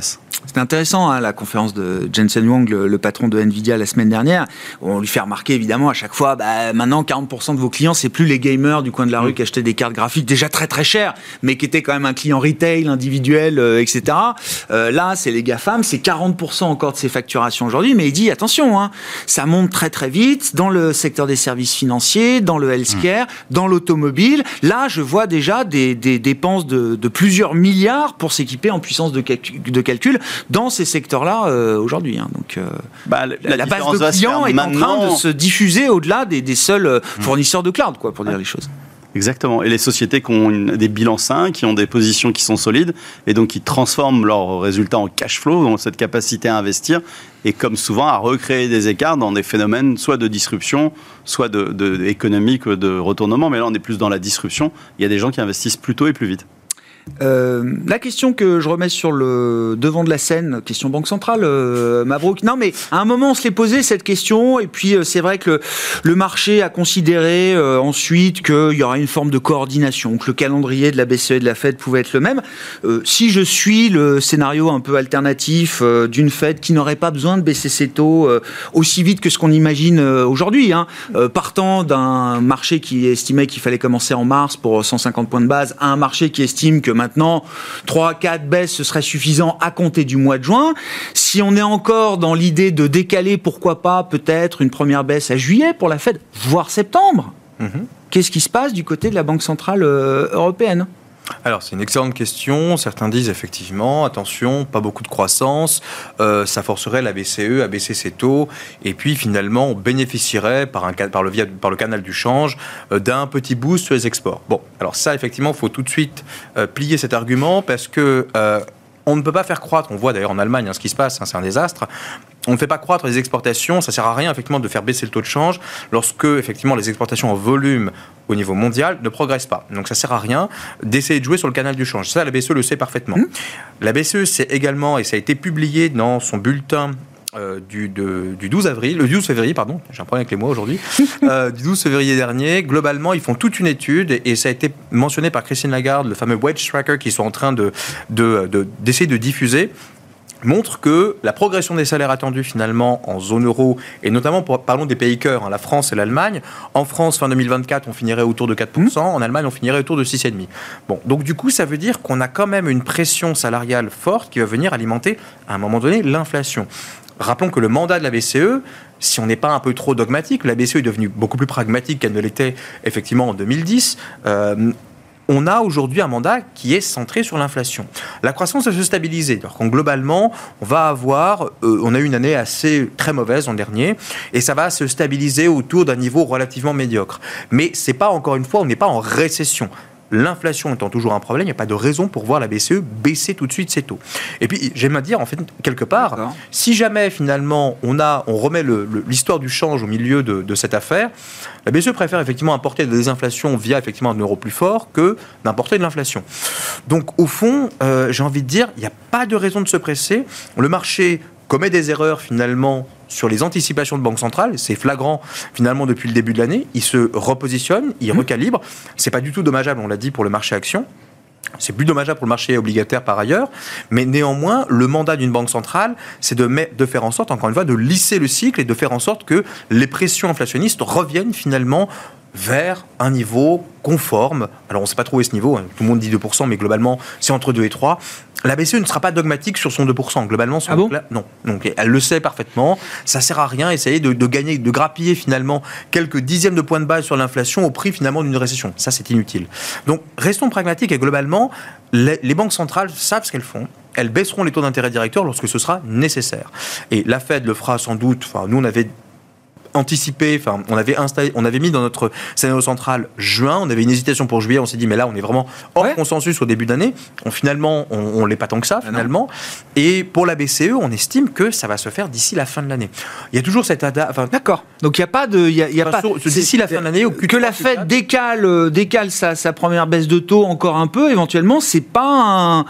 C'était intéressant, hein, la conférence de Jensen Huang, le, le patron de Nvidia la semaine dernière. On lui fait remarquer évidemment à chaque fois, bah, maintenant quarante pour cent de vos clients, c'est plus les gamers du coin de la rue mmh. qui achetaient des cartes graphiques déjà très très chères, mais qui étaient quand même un client retail, individuel, euh, et cetera. Euh, là, c'est les GAFAM, c'est quarante pour cent encore de ses facturations aujourd'hui, mais il dit attention, hein, ça monte très très vite dans le secteur des services financiers, dans le healthcare, mmh. dans l'automobile. Là, je vois déjà des, des dépenses de, de plusieurs milliards pour s'équiper en puissance de, calcul, de calcul dans ces secteurs-là euh, aujourd'hui. Hein. Donc, euh, bah, la, la, la base de clients est maintenant... en train de se diffuser au-delà des, des seuls euh, fournisseurs de cloud, quoi, pour dire les choses. Exactement. Et les sociétés qui ont une, des bilans sains, qui ont des positions qui sont solides, et donc qui transforment leurs résultats en cash flow, ont cette capacité à investir, et comme souvent à recréer des écarts dans des phénomènes soit de disruption, soit de, de, de économique, de retournement. Mais là, on est plus dans la disruption. Il y a des gens qui investissent plus tôt et plus vite. Euh, la question que je remets sur le devant de la scène, question Banque Centrale, euh, Mabrouk. Non, mais à un moment, on se l'est posé cette question, et puis euh, c'est vrai que le, le marché a considéré euh, ensuite qu'il y aurait une forme de coordination, que le calendrier de la B C E et de la Fed pouvait être le même. Euh, si je suis le scénario un peu alternatif euh, d'une Fed qui n'aurait pas besoin de baisser ses taux euh, aussi vite que ce qu'on imagine euh, aujourd'hui, hein, euh, partant d'un marché qui estimait qu'il fallait commencer en mars pour cent cinquante points de base, à un marché qui estime que maintenant, trois quatre baisses, ce serait suffisant à compter du mois de juin. Si on est encore dans l'idée de décaler, pourquoi pas, peut-être une première baisse à juillet pour la Fed, voire septembre, mmh. qu'est-ce qui se passe du côté de la Banque Centrale euh, Européenne ? Alors, c'est une excellente question. Certains disent effectivement, attention, pas beaucoup de croissance, euh, ça forcerait la B C E à baisser ses taux, et puis finalement, on bénéficierait par, un, par, le, via, par le canal du change euh, d'un petit boost sur les exports. Bon, alors ça, effectivement, il faut tout de suite euh, plier cet argument, parce que euh, on ne peut pas faire croître, on voit d'ailleurs en Allemagne hein, ce qui se passe, hein, c'est un désastre. On ne fait pas croître les exportations, ça ne sert à rien effectivement de faire baisser le taux de change lorsque effectivement les exportations en volume au niveau mondial ne progressent pas. Donc ça ne sert à rien d'essayer de jouer sur le canal du change. Ça, la B C E le sait parfaitement. Mmh. La B C E sait également, et ça a été publié dans son bulletin Euh, du, de, du douze avril, le douze février, pardon, j'ai un problème avec les mots aujourd'hui, euh, du douze février dernier, globalement, ils font toute une étude, et, et ça a été mentionné par Christine Lagarde, le fameux Wage Tracker qu'ils sont en train de, de, de, d'essayer de diffuser, montre que la progression des salaires attendus finalement en zone euro, et notamment pour, parlons des pays cœurs, hein, la France et l'Allemagne. En France, fin deux mille vingt-quatre, on finirait autour de quatre pour cent, mmh. en Allemagne, on finirait autour de six virgule cinq pour cent. Bon, donc du coup, ça veut dire qu'on a quand même une pression salariale forte qui va venir alimenter, à un moment donné, l'inflation. Rappelons que le mandat de la B C E, si on n'est pas un peu trop dogmatique, la B C E est devenue beaucoup plus pragmatique qu'elle ne l'était effectivement en deux mille dix. Euh, on a aujourd'hui un mandat qui est centré sur l'inflation. La croissance va se stabiliser. Alors qu'on, globalement, on va avoir, euh, on a eu une année assez très mauvaise l'an dernier, et ça va se stabiliser autour d'un niveau relativement médiocre. Mais c'est pas, encore une fois, on n'est pas en récession. L'inflation étant toujours un problème, il n'y a pas de raison pour voir la B C E baisser tout de suite ses taux. Et puis, j'aime à dire, en fait, quelque part, D'accord. si jamais, finalement, on, a, on remet le, le, l'histoire du change au milieu de, de cette affaire, la B C E préfère effectivement importer de la désinflation via effectivement un euro plus fort que d'importer de l'inflation. Donc, au fond, euh, j'ai envie de dire, il n'y a pas de raison de se presser. Le marché commet des erreurs, finalement, sur les anticipations de banque centrale, c'est flagrant finalement depuis le début de l'année, il se repositionne, il mmh. recalibre, c'est pas du tout dommageable, on l'a dit, pour le marché action, c'est plus dommageable pour le marché obligataire par ailleurs, mais néanmoins, le mandat d'une banque centrale, c'est de, met, de faire en sorte, encore une fois, de lisser le cycle et de faire en sorte que les pressions inflationnistes reviennent finalement vers un niveau conforme. Alors on ne sait pas trop où est ce niveau, hein. Tout le monde dit deux pour cent, mais globalement c'est entre deux et trois. La B C E ne sera pas dogmatique sur son deux pour cent. Globalement, son ah bon cla- non. Donc, elle le sait parfaitement. Ça ne sert à rien essayer de, de gagner, de grappiller finalement quelques dixièmes de points de base sur l'inflation au prix finalement d'une récession. Ça, c'est inutile. Donc, restons pragmatiques et globalement, les, les banques centrales savent ce qu'elles font. Elles baisseront les taux d'intérêt directeurs lorsque ce sera nécessaire. Et la Fed le fera sans doute. Enfin, nous, on avait anticipé, enfin, on avait installé, on avait mis dans notre scénario central juin, on avait une hésitation pour juillet, on s'est dit mais là on est vraiment hors ouais. consensus au début d'année. On finalement, on, on l'est pas tant que ça finalement. Ah et pour la B C E, on estime que ça va se faire d'ici la fin de l'année. Il y a toujours cette ada, enfin d'accord. Donc il y a pas de, il y a, il y a pas sur, d'ici la fin de l'année, que la Fed décale, décale sa, sa première baisse de taux encore un peu, éventuellement, c'est pas un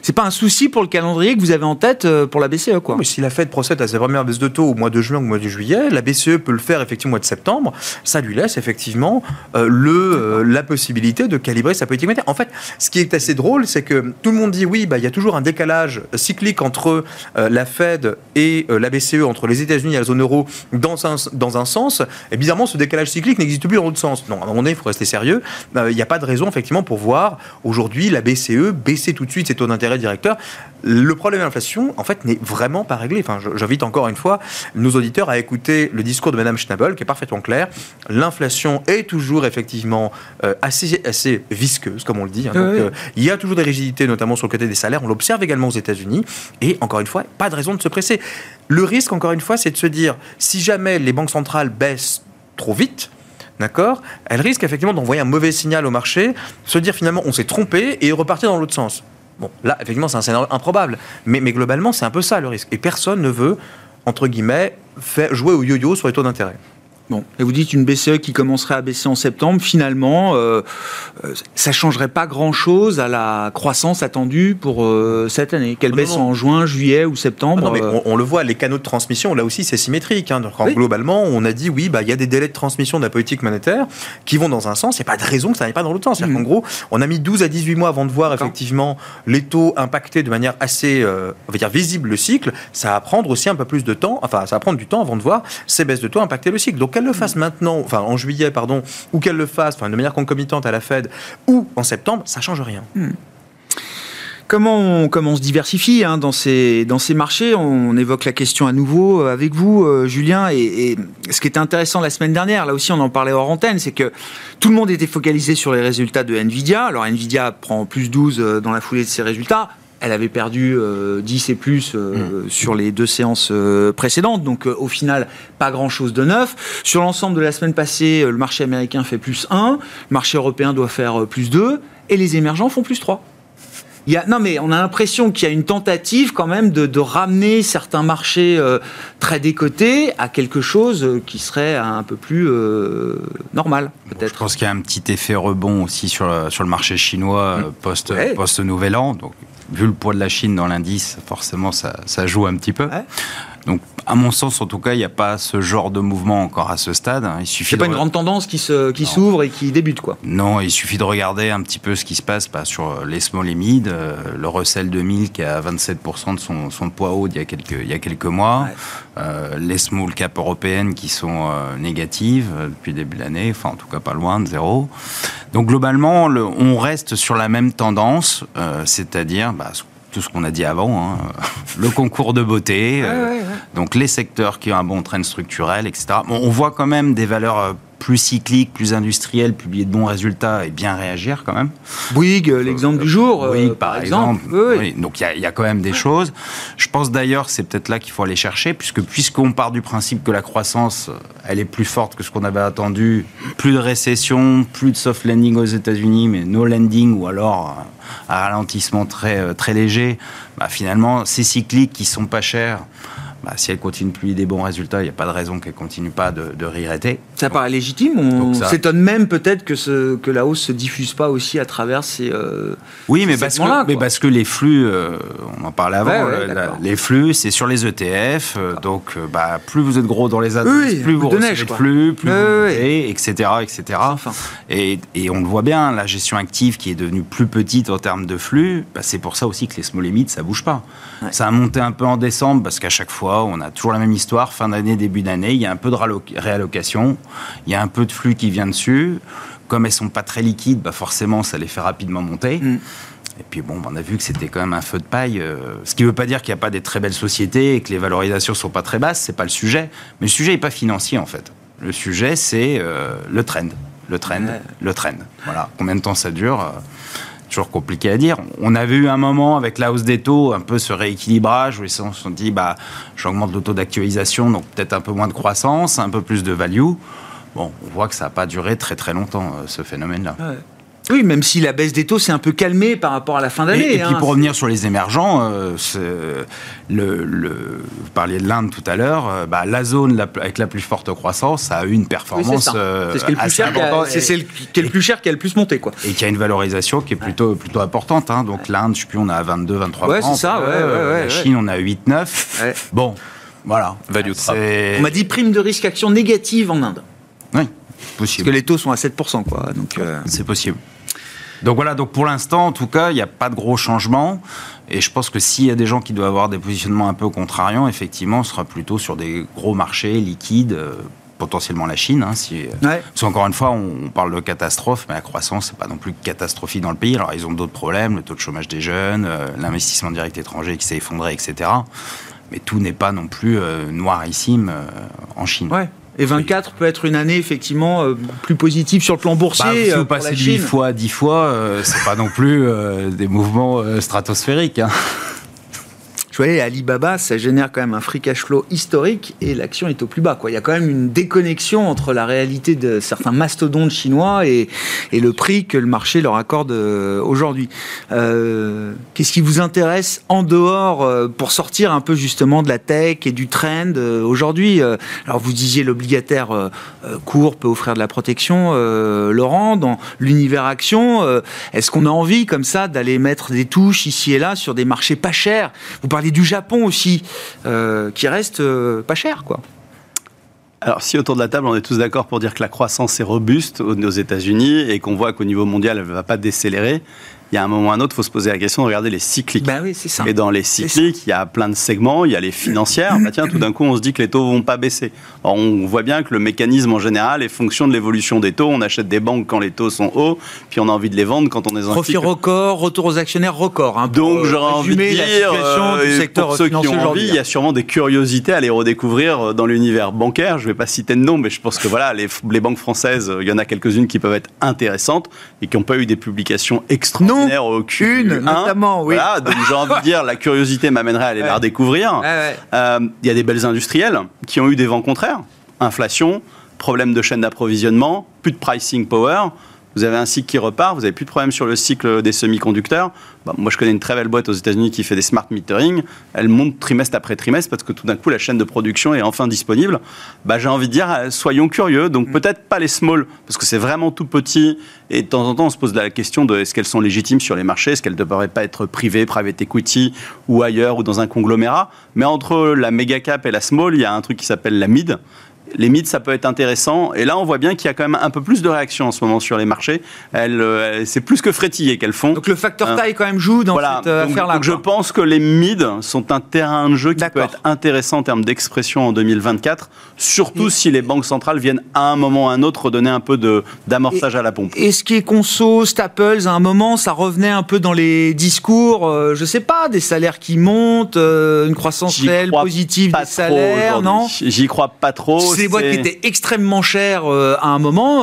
c'est pas un souci pour le calendrier que vous avez en tête pour la B C E, quoi. Non, mais si la Fed procède à sa première baisse de taux au mois de juin ou au mois de juillet, la B C E peut le faire effectivement au mois de septembre. Ça lui laisse effectivement euh, le, euh, la possibilité de calibrer sa politique monétaire. En fait, ce qui est assez drôle, c'est que tout le monde dit oui, bah, il y a toujours un décalage cyclique entre euh, la Fed et euh, la B C E, entre les États-Unis et la zone euro, dans un, dans un sens. Et bizarrement, ce décalage cyclique n'existe plus dans l'autre sens. Non, à un moment donné, il faut rester sérieux. Il euh, n'y a pas de raison effectivement pour voir aujourd'hui la B C E baisser tout de suite ses taux d'intérêt directeurs. Le problème de l'inflation, en fait, n'est vraiment pas réglé. Enfin, j'invite encore une fois nos auditeurs à écouter le discours de Madame Schnabel, qui est parfaitement clair. L'inflation est toujours effectivement euh, assez, assez visqueuse, comme on le dit. Hein. Donc, oui. euh, il y a toujours des rigidités, notamment sur le côté des salaires. On l'observe également aux États-Unis. Et encore une fois, pas de raison de se presser. Le risque, encore une fois, c'est de se dire, si jamais les banques centrales baissent trop vite, d'accord, elles risquent effectivement d'envoyer un mauvais signal au marché, se dire finalement on s'est trompé et repartir dans l'autre sens. Bon, là, effectivement, c'est un scénario improbable. Mais, mais globalement, c'est un peu ça le risque. Et personne ne veut, entre guillemets, faire jouer au yo-yo sur les taux d'intérêt. Bon, et vous dites une B C E qui commencerait à baisser en septembre, finalement, euh, euh, ça ne changerait pas grand-chose à la croissance attendue pour euh, cette année. Qu'elle non, baisse non. en juin, juillet ou septembre. Non, mais on, on le voit, les canaux de transmission, là aussi, c'est symétrique. Hein. Donc, oui. Globalement, on a dit, oui, bah, y a des délais de transmission de la politique monétaire qui vont dans un sens. Il n'y a pas de raison que ça n'aille pas dans l'autre sens. C'est-à-dire mmh. qu'en gros, on a mis douze à dix-huit mois avant de voir D'accord. effectivement les taux impacter de manière assez, euh, on va dire, visible le cycle. Ça va prendre aussi un peu plus de temps, enfin, ça va prendre du temps avant de voir ces baisses de taux impacter le cycle. Donc, qu'elle le fasse mmh. maintenant, enfin en juillet, pardon, ou qu'elle le fasse, enfin de manière concomitante à la Fed, ou en septembre, ça change rien. Hmm. Comment on, comment on se diversifie hein, dans, ces, dans ces marchés? On évoque la question à nouveau avec vous, euh, Julien. Et, et ce qui était intéressant la semaine dernière, là aussi on en parlait hors antenne, c'est que tout le monde était focalisé sur les résultats de Nvidia. Alors Nvidia prend plus douze dans la foulée de ses résultats. Elle avait perdu euh, dix et plus euh, mmh. sur les deux séances euh, précédentes. Donc, euh, au final, pas grand-chose de neuf. Sur l'ensemble de la semaine passée, euh, le marché américain fait plus un. Le marché européen doit faire euh, plus deux. Et les émergents font plus trois. Il y a, non, mais on a l'impression qu'il y a une tentative quand même de, de ramener certains marchés euh, très décotés à quelque chose qui serait un peu plus euh, normal, peut-être. Je pense qu'il y a un petit effet rebond aussi sur le, sur le marché chinois mmh. post, ouais. post-Nouvel An. Donc, vu le poids de la Chine dans l'indice, forcément, ça, ça joue un petit peu. Ouais. Donc, à mon sens, en tout cas, il n'y a pas ce genre de mouvement encore à ce stade. Il suffit c'est de... pas une grande tendance qui, se, qui s'ouvre et qui débute, quoi. Non, il suffit de regarder un petit peu ce qui se passe bah, sur les small et mid. Euh, le Russell deux mille qui a vingt-sept pour cent de son, son poids haut il y a quelques, il y a quelques mois. Ouais. Euh, les small cap européennes qui sont euh, négatives euh, depuis le début de l'année, enfin en tout cas pas loin de zéro. Donc globalement, le, on reste sur la même tendance, euh, c'est-à-dire... Bah, tout ce qu'on a dit avant, hein, le concours de beauté, ouais, euh, ouais, ouais. donc les secteurs qui ont un bon trend structurel, et cetera. Bon, on voit quand même des valeurs euh, plus cycliques, plus industrielles, publier de bons résultats et bien réagir quand même. Bouygues, euh, l'exemple du jour, Bouygues, euh, par, par exemple. exemple. Oui. Oui, donc il y, y a quand même des ouais. choses. Je pense d'ailleurs que c'est peut-être là qu'il faut aller chercher, puisque puisqu'on part du principe que la croissance, elle est plus forte que ce qu'on avait attendu, plus de récession, plus de soft landing aux États-Unis, mais no landing ou alors un ralentissement très, très léger, bah finalement, ces cycliques qui sont pas chers, bah, si elles continuent de publier des bons résultats, il n'y a pas de raison qu'elles ne continuent pas de, de regretter. Ça paraît légitime. On ça... s'étonne même peut-être que, ce, que la hausse ne se diffuse pas aussi à travers ces euh, Oui, mais, ces parce que, mais parce que les flux, euh, on en parlait avant, ouais, ouais, la, les flux, c'est sur les E T F. Euh, donc, euh, bah, plus vous êtes gros dans les annonces, oui, plus vous recevez de flux, plus oui, vous montez, oui. et cetera et cetera. Enfin. Et, et on le voit bien, la gestion active qui est devenue plus petite en termes de flux, bah, c'est pour ça aussi que les small et mid, ça ne bouge pas. Ouais. Ça a monté un peu en décembre parce qu'à chaque fois, on a toujours la même histoire, fin d'année, début d'année, il y a un peu de réallocation, il y a un peu de flux qui vient dessus. Comme elles ne sont pas très liquides, bah forcément, ça les fait rapidement monter. Mm. Et puis bon, on a vu que c'était quand même un feu de paille. Euh, ce qui ne veut pas dire qu'il n'y a pas des très belles sociétés et que les valorisations ne sont pas très basses, ce n'est pas le sujet. Mais le sujet n'est pas financier, en fait. Le sujet, c'est euh, le trend. Le trend, ouais. le trend. Voilà. Combien de temps ça dure euh, toujours compliqué à dire. On avait eu un moment avec la hausse des taux, un peu ce rééquilibrage où ils se sont dit, bah, j'augmente le taux d'actualisation, donc peut-être un peu moins de croissance, un peu plus de value. Bon, on voit que ça n'a pas duré très très longtemps, ce phénomène-là. Ouais. Oui, même si la baisse des taux s'est un peu calmée par rapport à la fin d'année. Et, et puis hein, pour c'est... revenir sur les émergents, euh, le, le, vous parliez de l'Inde tout à l'heure, euh, bah, la zone la, avec la plus forte croissance, ça a eu une performance oui, c'est, euh, c'est ce qui est le plus assez cher, importante. c'est, c'est le, qui est le plus cher qui a le plus monté, quoi. Et qui a une valorisation qui est plutôt, plutôt importante. Hein. Donc ouais. L'Inde, je ne sais plus, on a vingt-deux, vingt-trois ouais, c'est ça, ouais, euh, ouais, ouais, la ouais. Chine, on a huit, neuf. Ouais. Bon, voilà. Value trap. On m'a dit prime de risque action négative en Inde. Oui, possible. Parce que les taux sont à sept pour cent, quoi. Donc, euh... c'est possible. Donc voilà, donc pour l'instant, en tout cas, il n'y a pas de gros changements. Et je pense que s'il y a des gens qui doivent avoir des positionnements un peu contrariants, effectivement, ce sera plutôt sur des gros marchés liquides, euh, potentiellement la Chine. Hein, si, ouais. Parce qu'encore une fois, on, on parle de catastrophe, mais la croissance, c'est pas non plus catastrophique dans le pays. Alors, ils ont d'autres problèmes, le taux de chômage des jeunes, euh, l'investissement direct étranger qui s'est effondré, et cetera. Mais tout n'est pas non plus euh, noirissime euh, en Chine. Ouais. Et vingt-quatre peut être une année effectivement euh, plus positive sur le plan boursier. Bah, si vous euh, passez de huit fois à dix fois, euh, c'est pas non plus euh, des mouvements euh, stratosphériques. Hein. Je voyais, Alibaba, ça génère quand même un free cash flow historique et l'action est au plus bas, quoi. Il y a quand même une déconnexion entre la réalité de certains mastodontes chinois et, et le prix que le marché leur accorde aujourd'hui. Euh, qu'est-ce qui vous intéresse en dehors euh, pour sortir un peu justement de la tech et du trend euh, aujourd'hui euh, Alors vous disiez l'obligataire euh, court peut offrir de la protection, euh, Laurent, dans l'univers action. Euh, est-ce qu'on a envie comme ça d'aller mettre des touches ici et là sur des marchés pas chers ? Vous parlez du Japon aussi, euh, qui reste euh, pas cher, quoi. Alors, si autour de la table, on est tous d'accord pour dire que la croissance est robuste aux États-Unis et qu'on voit qu'au niveau mondial, elle ne va pas décélérer, il y a un moment ou un autre, il faut se poser la question de regarder les cycliques. Ben oui, c'est ça. Et dans les cycliques, il y a plein de segments, il y a les financières. Bah tiens, tout d'un coup, on se dit que les taux ne vont pas baisser. Alors, on voit bien que le mécanisme en général est fonction de l'évolution des taux. On achète des banques quand les taux sont hauts, puis on a envie de les vendre quand on est dans un profit cycle. record, retour aux actionnaires record. Hein, Donc, j'aurais envie de dire, euh, du secteur pour ceux qui ont envie, il y a sûrement des curiosités à les redécouvrir dans l'univers bancaire. Je ne vais pas citer de nom, mais je pense que voilà, les, les banques françaises, il y en a quelques-unes qui peuvent être intéressantes et qui n'ont pas eu des publications extraordinaires au cul. Une, notamment, oui. Voilà, donc j'ai envie de dire, la curiosité m'amènerait à aller ouais. la redécouvrir. Il ouais, ouais. euh, y a des belles industrielles qui ont eu des vents contraires. Inflation, problème de chaîne d'approvisionnement, plus de pricing power. Vous avez un cycle qui repart, vous n'avez plus de problème sur le cycle des semi-conducteurs. Bah, moi, je connais une très belle boîte aux États-Unis qui fait des smart metering. Elle monte trimestre après trimestre parce que tout d'un coup, la chaîne de production est enfin disponible. Bah, j'ai envie de dire, soyons curieux. Donc, mmh. peut-être pas les small, parce que c'est vraiment tout petit. Et de temps en temps, on se pose la question de est-ce qu'elles sont légitimes sur les marchés ? Est-ce qu'elles ne devraient pas être privées, private equity ou ailleurs ou dans un conglomérat ? Mais entre la méga cap et la small, il y a un truc qui s'appelle la mid. Les mids, ça peut être intéressant. Et là, on voit bien qu'il y a quand même un peu plus de réaction en ce moment sur les marchés. Elles, euh, c'est plus que frétillé qu'elles font. Donc le facteur taille, quand même, joue dans voilà. cette euh, affaire-là. Donc je pense que les mids sont un terrain de jeu qui D'accord. peut être intéressant en termes d'expression en deux mille vingt-quatre, surtout et... si les banques centrales viennent à un moment ou à un autre redonner un peu de, d'amorçage et, à la pompe. Et ce qui est conso, Staples, à un moment, ça revenait un peu dans les discours, euh, je sais pas, des salaires qui montent, euh, une croissance J'y réelle positive des salaires, non ? J'y crois pas trop. C'est des boîtes qui étaient extrêmement chères euh, à un moment.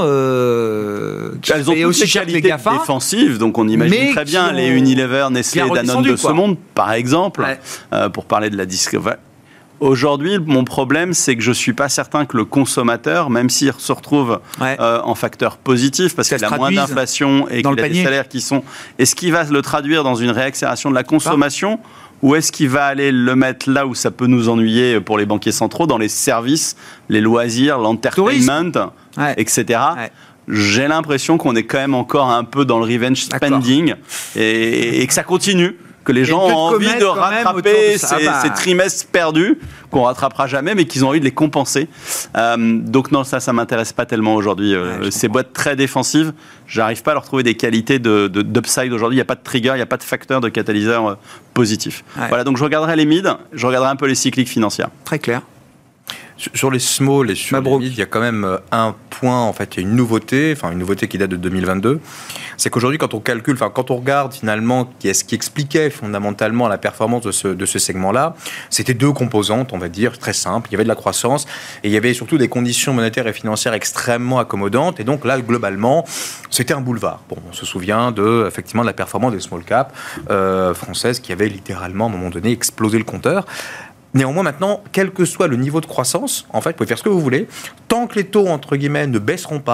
Euh, qui Elles ont aussi cher les GAFA défensives, donc on imagine très bien les Unilever, Nestlé, Danone de ce monde, par exemple, ouais. euh, pour parler de la disque. Aujourd'hui, mon problème, c'est que je ne suis pas certain que le consommateur, même s'il se retrouve ouais. euh, en facteur positif, parce qu'il a moins d'inflation et qu'il a des salaires qui sont... Est-ce qu'il va le traduire dans une réaccélération de la consommation ah. ou est-ce qu'il va aller le mettre là où ça peut nous ennuyer pour les banquiers centraux, dans les services, les loisirs, l'entertainment, ouais. et cetera. Ouais. J'ai l'impression qu'on est quand même encore un peu dans le revenge spending et, et que ça continue. Que les gens ont envie de rattraper de ces, ah bah. ces trimestres perdus, qu'on ne rattrapera jamais, mais qu'ils ont envie de les compenser. Euh, donc non, ça, ça ne m'intéresse pas tellement aujourd'hui. Euh, ouais, ces boîtes très défensives, je n'arrive pas à leur trouver des qualités de, de, d'upside aujourd'hui. Il n'y a pas de trigger, il n'y a pas de facteur de catalyseur euh, positif. Ouais. Voilà, donc je regarderai les mids, je regarderai un peu les cycliques financières. Très clair. Sur les small et sur les mid, il y a quand même un point, en fait, il y a une nouveauté, enfin une nouveauté qui date de deux mille vingt-deux, c'est qu'aujourd'hui, quand on calcule, enfin quand on regarde finalement ce qui expliquait fondamentalement la performance de ce, de ce segment-là, c'était deux composantes, on va dire, très simples. Il y avait de la croissance et il y avait surtout des conditions monétaires et financières extrêmement accommodantes. Et donc là, globalement, c'était un boulevard. Bon, on se souvient de, effectivement, de la performance des small caps euh, françaises qui avait littéralement, à un moment donné, explosé le compteur. Néanmoins, maintenant, quel que soit le niveau de croissance, en fait, vous pouvez faire ce que vous voulez. Tant que les taux, entre guillemets, ne baisseront pas,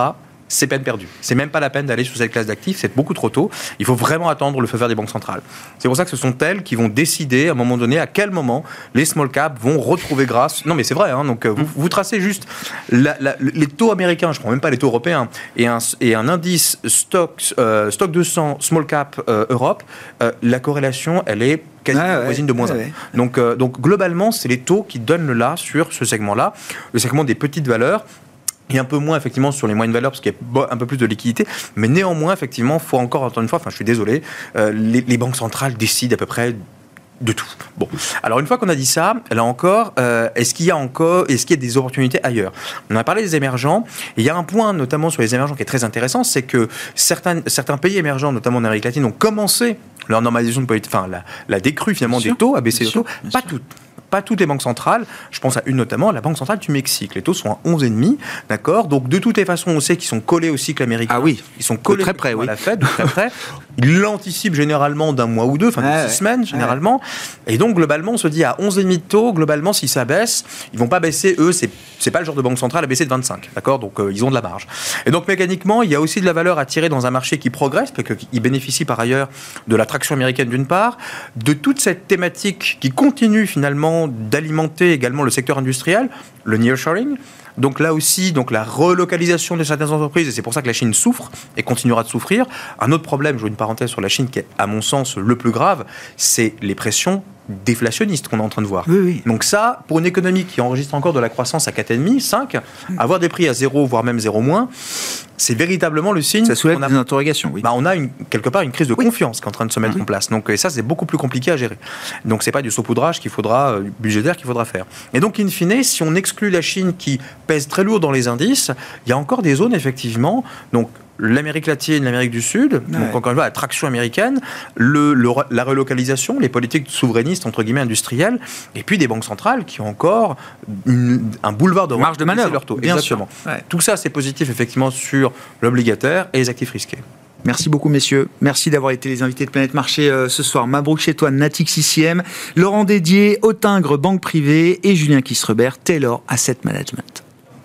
c'est peine perdue. C'est même pas la peine d'aller sur cette classe d'actifs, c'est beaucoup trop tôt. Il faut vraiment attendre le feu vert des banques centrales. C'est pour ça que ce sont elles qui vont décider à un moment donné à quel moment les small caps vont retrouver grâce. Non mais c'est vrai, hein, donc vous, vous tracez juste la, la, les taux américains, je ne prends même pas les taux européens, et un, et un indice stock, euh, stock deux cents small cap euh, Europe, euh, la corrélation elle est quasi ah ouais, voisine de moins un. Ouais, ouais. Donc, euh, donc globalement c'est les taux qui donnent le là sur ce segment-là, le segment des petites valeurs. Et un peu moins, effectivement, sur les moyennes valeurs, parce qu'il y a un peu plus de liquidité. Mais néanmoins, effectivement, il faut encore, encore une fois, enfin, je suis désolé, euh, les, les banques centrales décident à peu près de tout. Bon. Alors, une fois qu'on a dit ça, là encore, euh, est-ce qu'il y a encore, est-ce qu'il y a des opportunités ailleurs ? On a parlé des émergents. Et il y a un point, notamment sur les émergents, qui est très intéressant, c'est que certains, certains pays émergents, notamment en Amérique latine, ont commencé leur normalisation de politique, enfin, la, la décrue, finalement, bien des sûr, taux, à baisser les taux. Pas toutes. Pas toutes les banques centrales, je pense à une notamment, la Banque centrale du Mexique. Les taux sont à onze virgule cinq, d'accord ? Donc de toutes les façons, on sait qu'ils sont collés au cycle américain. Ah oui, ils sont collés de très près, oui. à la Fed, de très près. Ils l'anticipent généralement d'un mois ou deux, enfin de ah, six ouais. semaines généralement. Ouais. Et donc globalement, on se dit à onze virgule cinq de taux, globalement, si ça baisse, ils vont pas baisser, eux, c'est, c'est pas le genre de banque centrale à baisser de vingt-cinq, d'accord ? Donc euh, ils ont de la marge. Et donc mécaniquement, il y a aussi de la valeur à tirer dans un marché qui progresse, parce qu'il bénéficie par ailleurs de la traction américaine d'une part, de toute cette thématique qui continue finalement d'alimenter également le secteur industriel, le nearshoring. Donc là aussi, donc la relocalisation de certaines entreprises, et c'est pour ça que la Chine souffre et continuera de souffrir. Un autre problème, je veux une parenthèse sur la Chine, qui est à mon sens le plus grave, c'est les pressions déflationnistes qu'on est en train de voir. Oui, oui. Donc ça, pour une économie qui enregistre encore de la croissance à quatre virgule cinq, cinq, avoir des prix à zéro, voire même zéro moins, c'est véritablement le signe... Ça soulève des interrogations, oui. Bah, on a une, quelque part une crise de oui. confiance qui est en train de se mettre mmh. en place. Donc et ça, c'est beaucoup plus compliqué à gérer. Donc c'est pas du saupoudrage qu'il faudra, euh, budgétaire qu'il faudra faire. Et donc, in fine, si on exclut la Chine qui pèse très lourd dans les indices, il y a encore des zones, effectivement, donc l'Amérique latine, l'Amérique du Sud, ouais. donc encore une fois la traction américaine, le, le, la relocalisation, les politiques souverainistes entre guillemets industrielles, et puis des banques centrales qui ont encore une, un boulevard de marge de manœuvre. Leur taux. Bien Exactement. sûr. Ouais. Tout ça c'est positif effectivement sur l'obligataire et les actifs risqués. Merci beaucoup messieurs, merci d'avoir été les invités de Planète Marché euh, ce soir. Mabrouk Chetouane, Natixis I C M, Laurent Dédier, Autingre Banque Privée et Julien Kissrebert, Taylor Asset Management.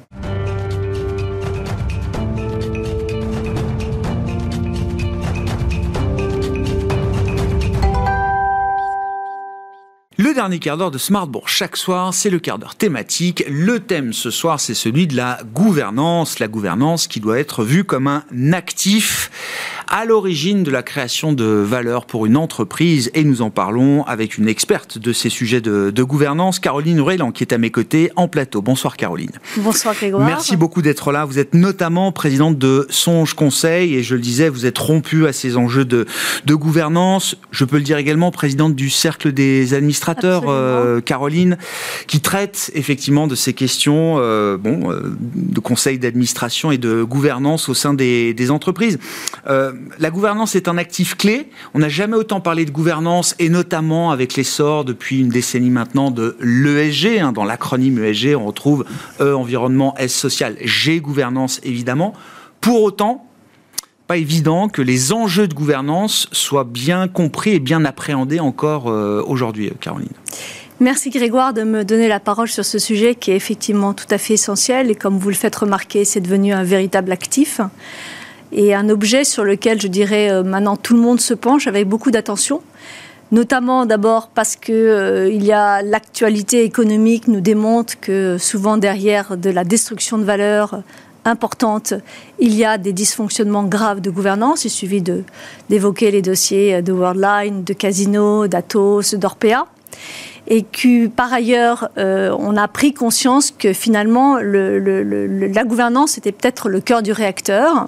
Le dernier quart d'heure de Smart Bourse chaque soir, c'est le quart d'heure thématique. Le thème ce soir, c'est celui de la gouvernance. La gouvernance qui doit être vue comme un actif à l'origine de la création de valeur pour une entreprise. Et nous en parlons avec une experte de ces sujets de, de gouvernance, Caroline Vreeland, qui est à mes côtés en plateau. Bonsoir Caroline. Bonsoir Grégoire. Merci beaucoup d'être là. Vous êtes notamment présidente de Songe Conseil et je le disais, vous êtes rompue à ces enjeux de, de gouvernance. Je peux le dire également, présidente du Cercle des administrateurs, euh, Caroline, qui traite effectivement de ces questions euh, bon, euh, de conseil d'administration et de gouvernance au sein des, des entreprises. Euh, la gouvernance est un actif clé. On n'a jamais autant parlé de gouvernance, et notamment avec l'essor depuis une décennie maintenant de l'E S G. Hein, dans l'acronyme E S G, on retrouve E, environnement, S, social, G, gouvernance, évidemment. Pour autant, pas évident que les enjeux de gouvernance soient bien compris et bien appréhendés encore euh, aujourd'hui, Caroline. Merci Grégoire de me donner la parole sur ce sujet qui est effectivement tout à fait essentiel, et comme vous le faites remarquer, c'est devenu un véritable actif et un objet sur lequel, je dirais, euh, maintenant tout le monde se penche avec beaucoup d'attention, notamment d'abord parce que euh, il y a l'actualité économique nous démontre que souvent derrière de la destruction de valeur importante, il y a des dysfonctionnements graves de gouvernance. Il suffit de, d'évoquer les dossiers de Worldline, de Casino, d'Atos, d'Orpea. Et que, par ailleurs, euh, on a pris conscience que finalement, le, le, le, la gouvernance était peut-être le cœur du réacteur.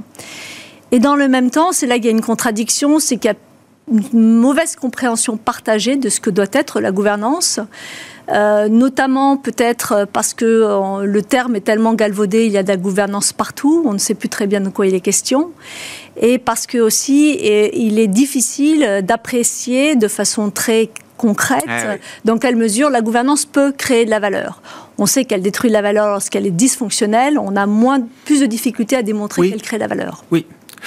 Et dans le même temps, c'est là qu'il y a une contradiction, c'est qu'il y a une mauvaise compréhension partagée de ce que doit être la gouvernance. Euh, notamment peut-être parce que euh, le terme est tellement galvaudé, il y a de la gouvernance partout, on ne sait plus très bien de quoi il est question, et parce que aussi et, il est difficile d'apprécier de façon très concrète ah oui. dans quelle mesure la gouvernance peut créer de la valeur. On sait qu'elle détruit de la valeur lorsqu'elle est dysfonctionnelle, on a moins, plus de difficultés à démontrer oui. qu'elle crée de la valeur. Oui.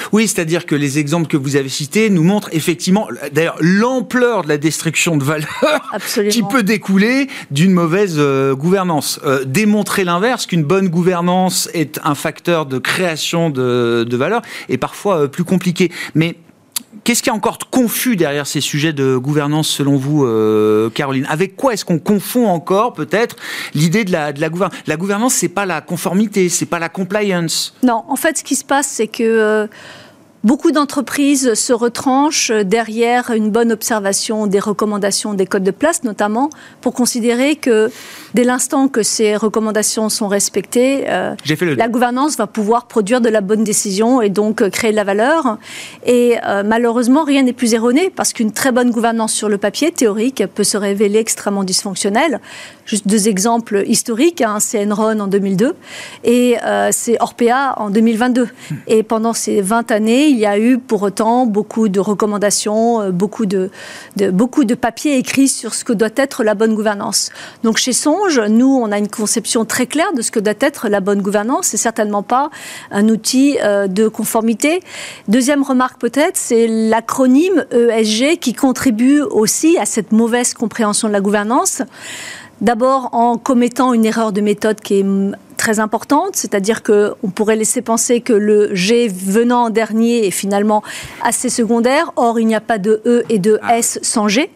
Oui, c'est-à-dire que les exemples que vous avez cités nous montrent effectivement, d'ailleurs, l'ampleur de la destruction de valeur Absolument. Qui peut découler d'une mauvaise euh, gouvernance. Euh, démontrer l'inverse, qu'une bonne gouvernance est un facteur de création de, de valeur, est parfois euh, plus compliqué. Mais qu'est-ce qui est encore confus derrière ces sujets de gouvernance selon vous, euh, Caroline ? Avec quoi est-ce qu'on confond encore peut-être l'idée de la, de la gouvernance ? La gouvernance, c'est pas la conformité, c'est pas la compliance. Non, en fait, ce qui se passe, c'est que euh, beaucoup d'entreprises se retranchent derrière une bonne observation des recommandations des codes de place, notamment, pour considérer que dès l'instant que ces recommandations sont respectées, euh, le... la gouvernance va pouvoir produire de la bonne décision et donc euh, créer de la valeur. Et euh, malheureusement, rien n'est plus erroné, parce qu'une très bonne gouvernance sur le papier, théorique, peut se révéler extrêmement dysfonctionnelle. Juste deux exemples historiques, hein, c'est Enron en deux mille deux et euh, c'est Orpea en deux mille vingt-deux. Et pendant ces vingt années, il y a eu pour autant beaucoup de recommandations, beaucoup de, de, beaucoup de papiers écrits sur ce que doit être la bonne gouvernance. Donc chez Songe, nous, on a une conception très claire de ce que doit être la bonne gouvernance. C'est certainement pas un outil euh, de conformité. Deuxième remarque peut-être, c'est l'acronyme E S G qui contribue aussi à cette mauvaise compréhension de la gouvernance. D'abord en commettant une erreur de méthode qui est très importante, c'est-à-dire qu'on pourrait laisser penser que le G venant en dernier est finalement assez secondaire. Or, il n'y a pas de E et de S sans G.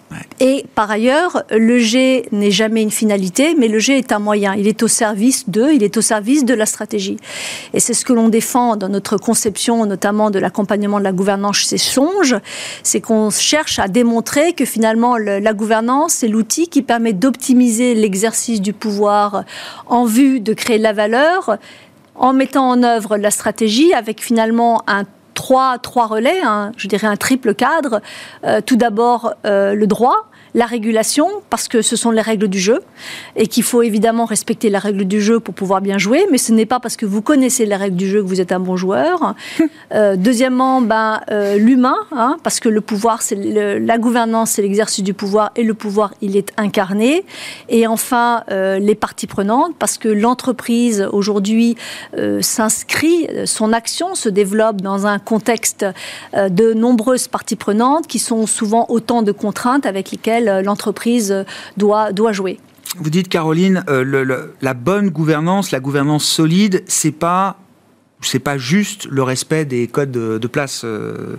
Et par ailleurs, le G n'est jamais une finalité, mais le G est un moyen. Il est au service de, il est au service de la stratégie. Et c'est ce que l'on défend dans notre conception, notamment de l'accompagnement de la gouvernance chez Songe, c'est qu'on cherche à démontrer que finalement le, la gouvernance, c'est l'outil qui permet d'optimiser l'exercice du pouvoir en vue de créer de la valeur, en mettant en œuvre la stratégie avec finalement un Trois, trois relais, hein, je dirais un triple cadre. Euh, tout d'abord, euh, le droit, la régulation, parce que ce sont les règles du jeu, et qu'il faut évidemment respecter la règle du jeu pour pouvoir bien jouer, mais ce n'est pas parce que vous connaissez les règles du jeu que vous êtes un bon joueur. euh, deuxièmement, ben, euh, l'humain, hein, parce que le pouvoir, c'est le, la gouvernance, c'est l'exercice du pouvoir, et le pouvoir, il est incarné. Et enfin, euh, les parties prenantes, parce que l'entreprise, aujourd'hui, euh, s'inscrit, son action se développe dans un contexte euh, de nombreuses parties prenantes, qui sont souvent autant de contraintes avec lesquelles l'entreprise doit, doit jouer. Vous dites, Caroline, euh, le, le, la bonne gouvernance, la gouvernance solide, c'est pas, c'est pas juste le respect des codes de, de place. Euh,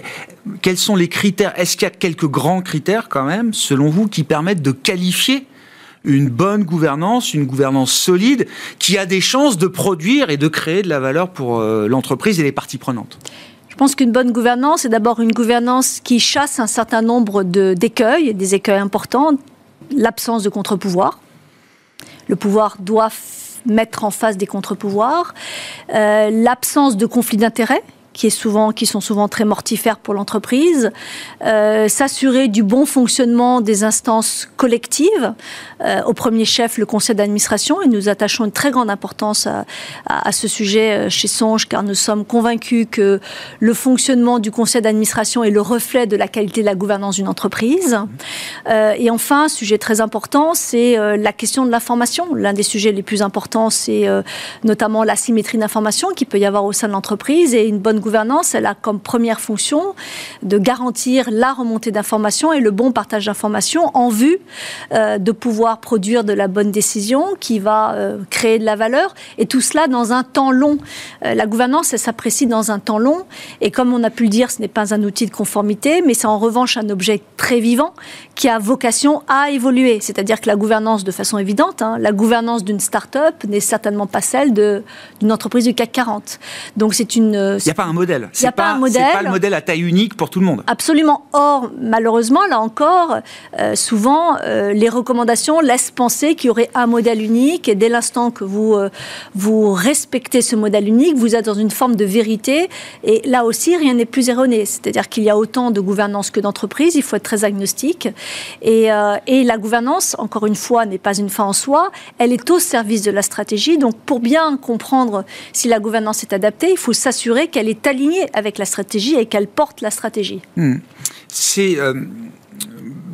quels sont les critères ? Est-ce qu'il y a quelques grands critères, quand même, selon vous, qui permettent de qualifier une bonne gouvernance, une gouvernance solide, qui a des chances de produire et de créer de la valeur pour euh, l'entreprise et les parties prenantes ? Je pense qu'une bonne gouvernance, c'est d'abord une gouvernance qui chasse un certain nombre de, d'écueils, des écueils importants. L'absence de contre-pouvoir. Le pouvoir doit f- mettre en face des contre-pouvoirs. Euh, l'absence de conflit d'intérêts, qui, est souvent, qui sont souvent très mortifères pour l'entreprise, euh, s'assurer du bon fonctionnement des instances collectives, euh, au premier chef le conseil d'administration, et nous attachons une très grande importance à, à, à ce sujet chez Songe, car nous sommes convaincus que le fonctionnement du conseil d'administration est le reflet de la qualité de la gouvernance d'une entreprise. Euh, et enfin, sujet très important, c'est euh, la question de l'information. L'un des sujets les plus importants, c'est euh, notamment la symétrie d'information qu'il peut y avoir au sein de l'entreprise, et une bonne gouvernance, elle a comme première fonction de garantir la remontée d'informations et le bon partage d'informations en vue euh, de pouvoir produire de la bonne décision qui va euh, créer de la valeur, et tout cela dans un temps long. Euh, la gouvernance, elle s'apprécie dans un temps long, et comme on a pu le dire, ce n'est pas un outil de conformité, mais c'est en revanche un objet très vivant qui a vocation à évoluer. C'est-à-dire que la gouvernance, de façon évidente, hein, la gouvernance d'une start-up n'est certainement pas celle de, d'une entreprise du C A C quarante. Donc c'est une... Il n'y a pas un modèle. Il n'y a pas, pas un modèle. C'est pas le modèle à taille unique pour tout le monde. Absolument. Or, malheureusement, là encore, euh, souvent, euh, les recommandations laissent penser qu'il y aurait un modèle unique, et dès l'instant que vous, euh, vous respectez ce modèle unique, vous êtes dans une forme de vérité, et là aussi, rien n'est plus erroné. C'est-à-dire qu'il y a autant de gouvernance que d'entreprise, il faut être très agnostique, et, euh, et la gouvernance, encore une fois, n'est pas une fin en soi, elle est au service de la stratégie. Donc, pour bien comprendre si la gouvernance est adaptée, il faut s'assurer qu'elle est alignée avec la stratégie et qu'elle porte la stratégie. Mmh. C'est... Euh...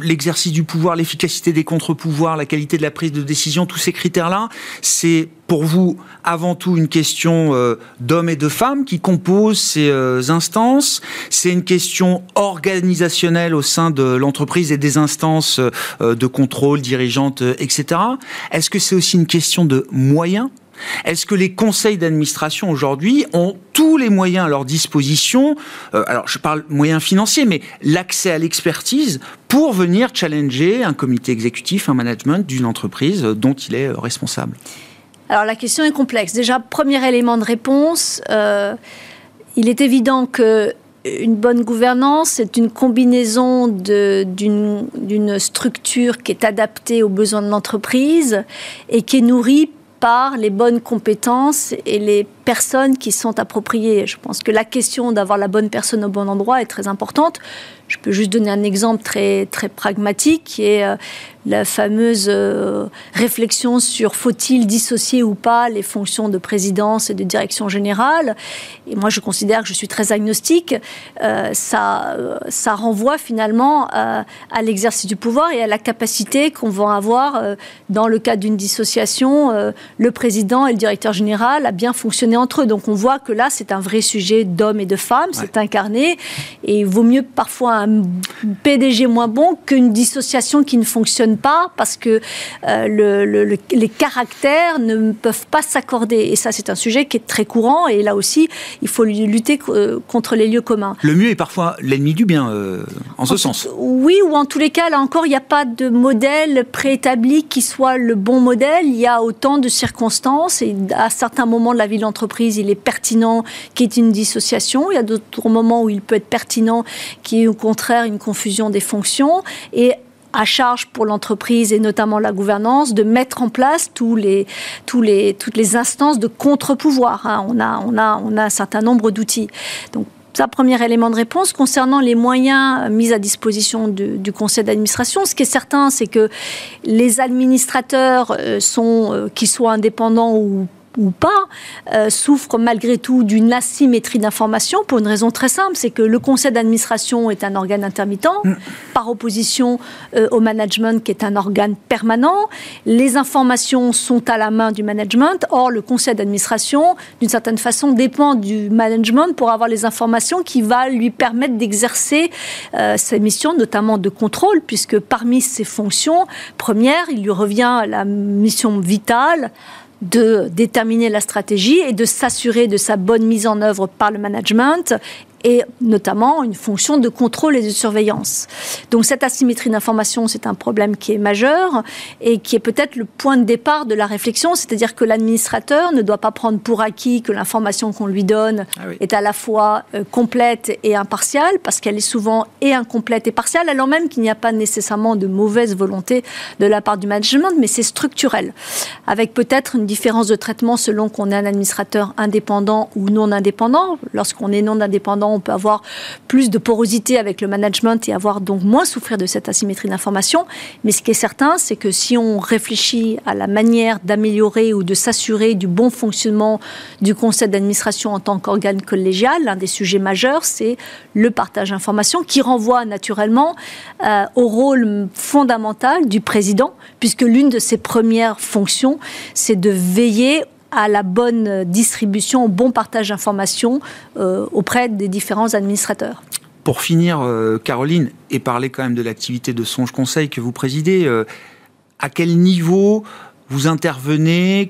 l'exercice du pouvoir, l'efficacité des contre-pouvoirs, la qualité de la prise de décision, tous ces critères-là, c'est pour vous avant tout une question euh, d'hommes et de femmes qui composent ces euh, instances. C'est une question organisationnelle au sein de l'entreprise et des instances euh, de contrôle, dirigeantes, et cetera. Est-ce que c'est aussi une question de moyens ? Est-ce que les conseils d'administration aujourd'hui ont tous les moyens à leur disposition, euh, alors je parle moyens financiers, mais l'accès à l'expertise pour venir challenger un comité exécutif, un management d'une entreprise dont il est responsable ? Alors la question est complexe. Déjà, premier élément de réponse, euh, il est évident que une bonne gouvernance, c'est une combinaison de, d'une, d'une structure qui est adaptée aux besoins de l'entreprise et qui est nourrie par les bonnes compétences et les personnes qui sont appropriées. Je pense que la question d'avoir la bonne personne au bon endroit est très importante. Je peux juste donner un exemple très, très pragmatique qui est euh, la fameuse euh, réflexion sur faut-il dissocier ou pas les fonctions de présidence et de direction générale. Et moi, je considère que je suis très agnostique. Euh, ça, euh, ça renvoie finalement euh, à l'exercice du pouvoir et à la capacité qu'on va avoir euh, dans le cadre d'une dissociation, euh, le président et le directeur général à bien fonctionner entre eux. Donc on voit que là, c'est un vrai sujet d'hommes et de femmes, ouais. C'est incarné. Et il vaut mieux parfois un P D G moins bon qu'une dissociation qui ne fonctionne pas parce que euh, le, le, le, les caractères ne peuvent pas s'accorder. Et ça, c'est un sujet qui est très courant. Et là aussi, il faut lutter contre les lieux communs. Le mieux est parfois l'ennemi du bien, euh, en ce en sens. Oui, ou en tous les cas, là encore, il n'y a pas de modèle préétabli qui soit le bon modèle. Il y a autant de circonstances. Et à certains moments de la vie de l'entreprise, il est pertinent qu'il y ait une dissociation. Il y a d'autres moments où il peut être pertinent qu'il y ait au contraire une confusion des fonctions. Et à charge pour l'entreprise et notamment la gouvernance de mettre en place tous les, tous les, toutes les instances de contre-pouvoir. Hein. On a, on a, on a un certain nombre d'outils. Donc, ça, premier élément de réponse. Concernant les moyens mis à disposition du, du conseil d'administration, ce qui est certain, c'est que les administrateurs sont, euh, qu'ils soient indépendants ou ou pas, euh, souffrent malgré tout d'une asymétrie d'information pour une raison très simple, c'est que le conseil d'administration est un organe intermittent, mmh. par opposition euh, au management qui est un organe permanent. Les informations sont à la main du management, or le conseil d'administration, d'une certaine façon, dépend du management pour avoir les informations qui va lui permettre d'exercer euh, ses missions, notamment de contrôle, puisque parmi ses fonctions premières, il lui revient la mission vitale de déterminer la stratégie et de s'assurer de sa bonne mise en œuvre par le management et notamment une fonction de contrôle et de surveillance. Donc cette asymétrie d'information, c'est un problème qui est majeur et qui est peut-être le point de départ de la réflexion, c'est-à-dire que l'administrateur ne doit pas prendre pour acquis que l'information qu'on lui donne ah oui. est à la fois euh, complète et impartiale, parce qu'elle est souvent et incomplète et partielle, alors même qu'il n'y a pas nécessairement de mauvaise volonté de la part du management, mais c'est structurel, avec peut-être une différence de traitement selon qu'on est un administrateur indépendant ou non indépendant. Lorsqu'on est non indépendant, on peut avoir plus de porosité avec le management et avoir donc moins souffrir de cette asymétrie d'information. Mais ce qui est certain, c'est que si on réfléchit à la manière d'améliorer ou de s'assurer du bon fonctionnement du conseil d'administration en tant qu'organe collégial, l'un des sujets majeurs, c'est le partage d'informations qui renvoie naturellement euh, au rôle fondamental du président, puisque l'une de ses premières fonctions, c'est de veiller à la bonne distribution, au bon partage d'informations euh, auprès des différents administrateurs. Pour finir, euh, Caroline, et parler quand même de l'activité de Songe Conseil que vous présidez, euh, à quel niveau vous intervenez ?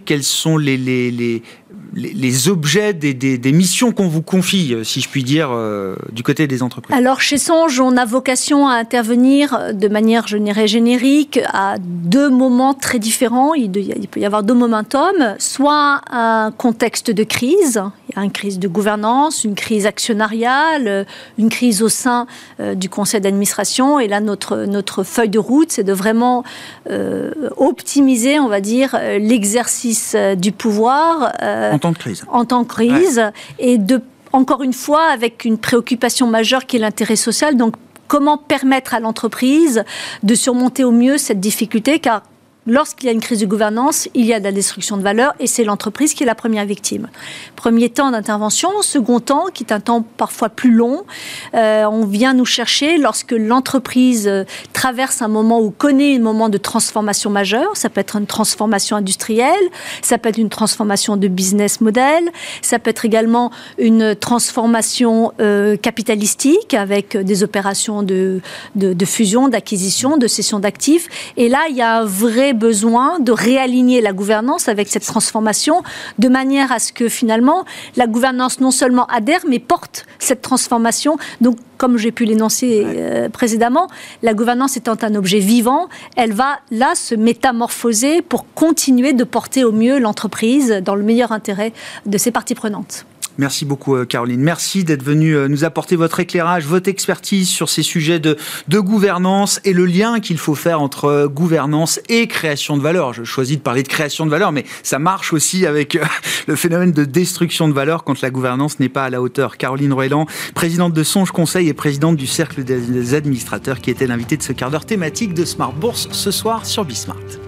Quels sont les, les, les, les, les objets des, des, des missions qu'on vous confie, si je puis dire, euh, du côté des entreprises ? Alors, chez Songe, on a vocation à intervenir de manière, je dirais, générique à deux moments très différents. Il, il peut y avoir deux momentum, soit un contexte de crise, il y a une crise de gouvernance, une crise actionnariale, une crise au sein euh, du conseil d'administration. Et là, notre, notre feuille de route, c'est de vraiment euh, optimiser, on va dire, l'exercice du pouvoir euh, en temps de crise, en temps de crise ouais. et de, encore une fois, avec une préoccupation majeure qui est l'intérêt social. Donc, comment permettre à l'entreprise de surmonter au mieux cette difficulté, car lorsqu'il y a une crise de gouvernance, il y a de la destruction de valeur et c'est l'entreprise qui est la première victime. Premier temps d'intervention, second temps, qui est un temps parfois plus long, euh, on vient nous chercher lorsque l'entreprise euh, traverse un moment ou connaît un moment de transformation majeure. Ça peut être une transformation industrielle, ça peut être une transformation de business model, ça peut être également une transformation euh, capitalistique avec des opérations de, de, de fusion, d'acquisition, de cession d'actifs. Et là, il y a un vrai besoin de réaligner la gouvernance avec cette transformation de manière à ce que finalement la gouvernance non seulement adhère mais porte cette transformation. Donc comme j'ai pu l'énoncer euh, précédemment, la gouvernance étant un objet vivant, elle va là se métamorphoser pour continuer de porter au mieux l'entreprise dans le meilleur intérêt de ses parties prenantes. Merci beaucoup Caroline. Merci d'être venue nous apporter votre éclairage, votre expertise sur ces sujets de, de gouvernance et le lien qu'il faut faire entre gouvernance et création de valeur. Je choisis de parler de création de valeur, mais ça marche aussi avec le phénomène de destruction de valeur quand la gouvernance n'est pas à la hauteur. Caroline Roueylan, présidente de Songe Conseil et présidente du Cercle des administrateurs, qui était l'invitée de ce quart d'heure thématique de Smart Bourse ce soir sur Bismart.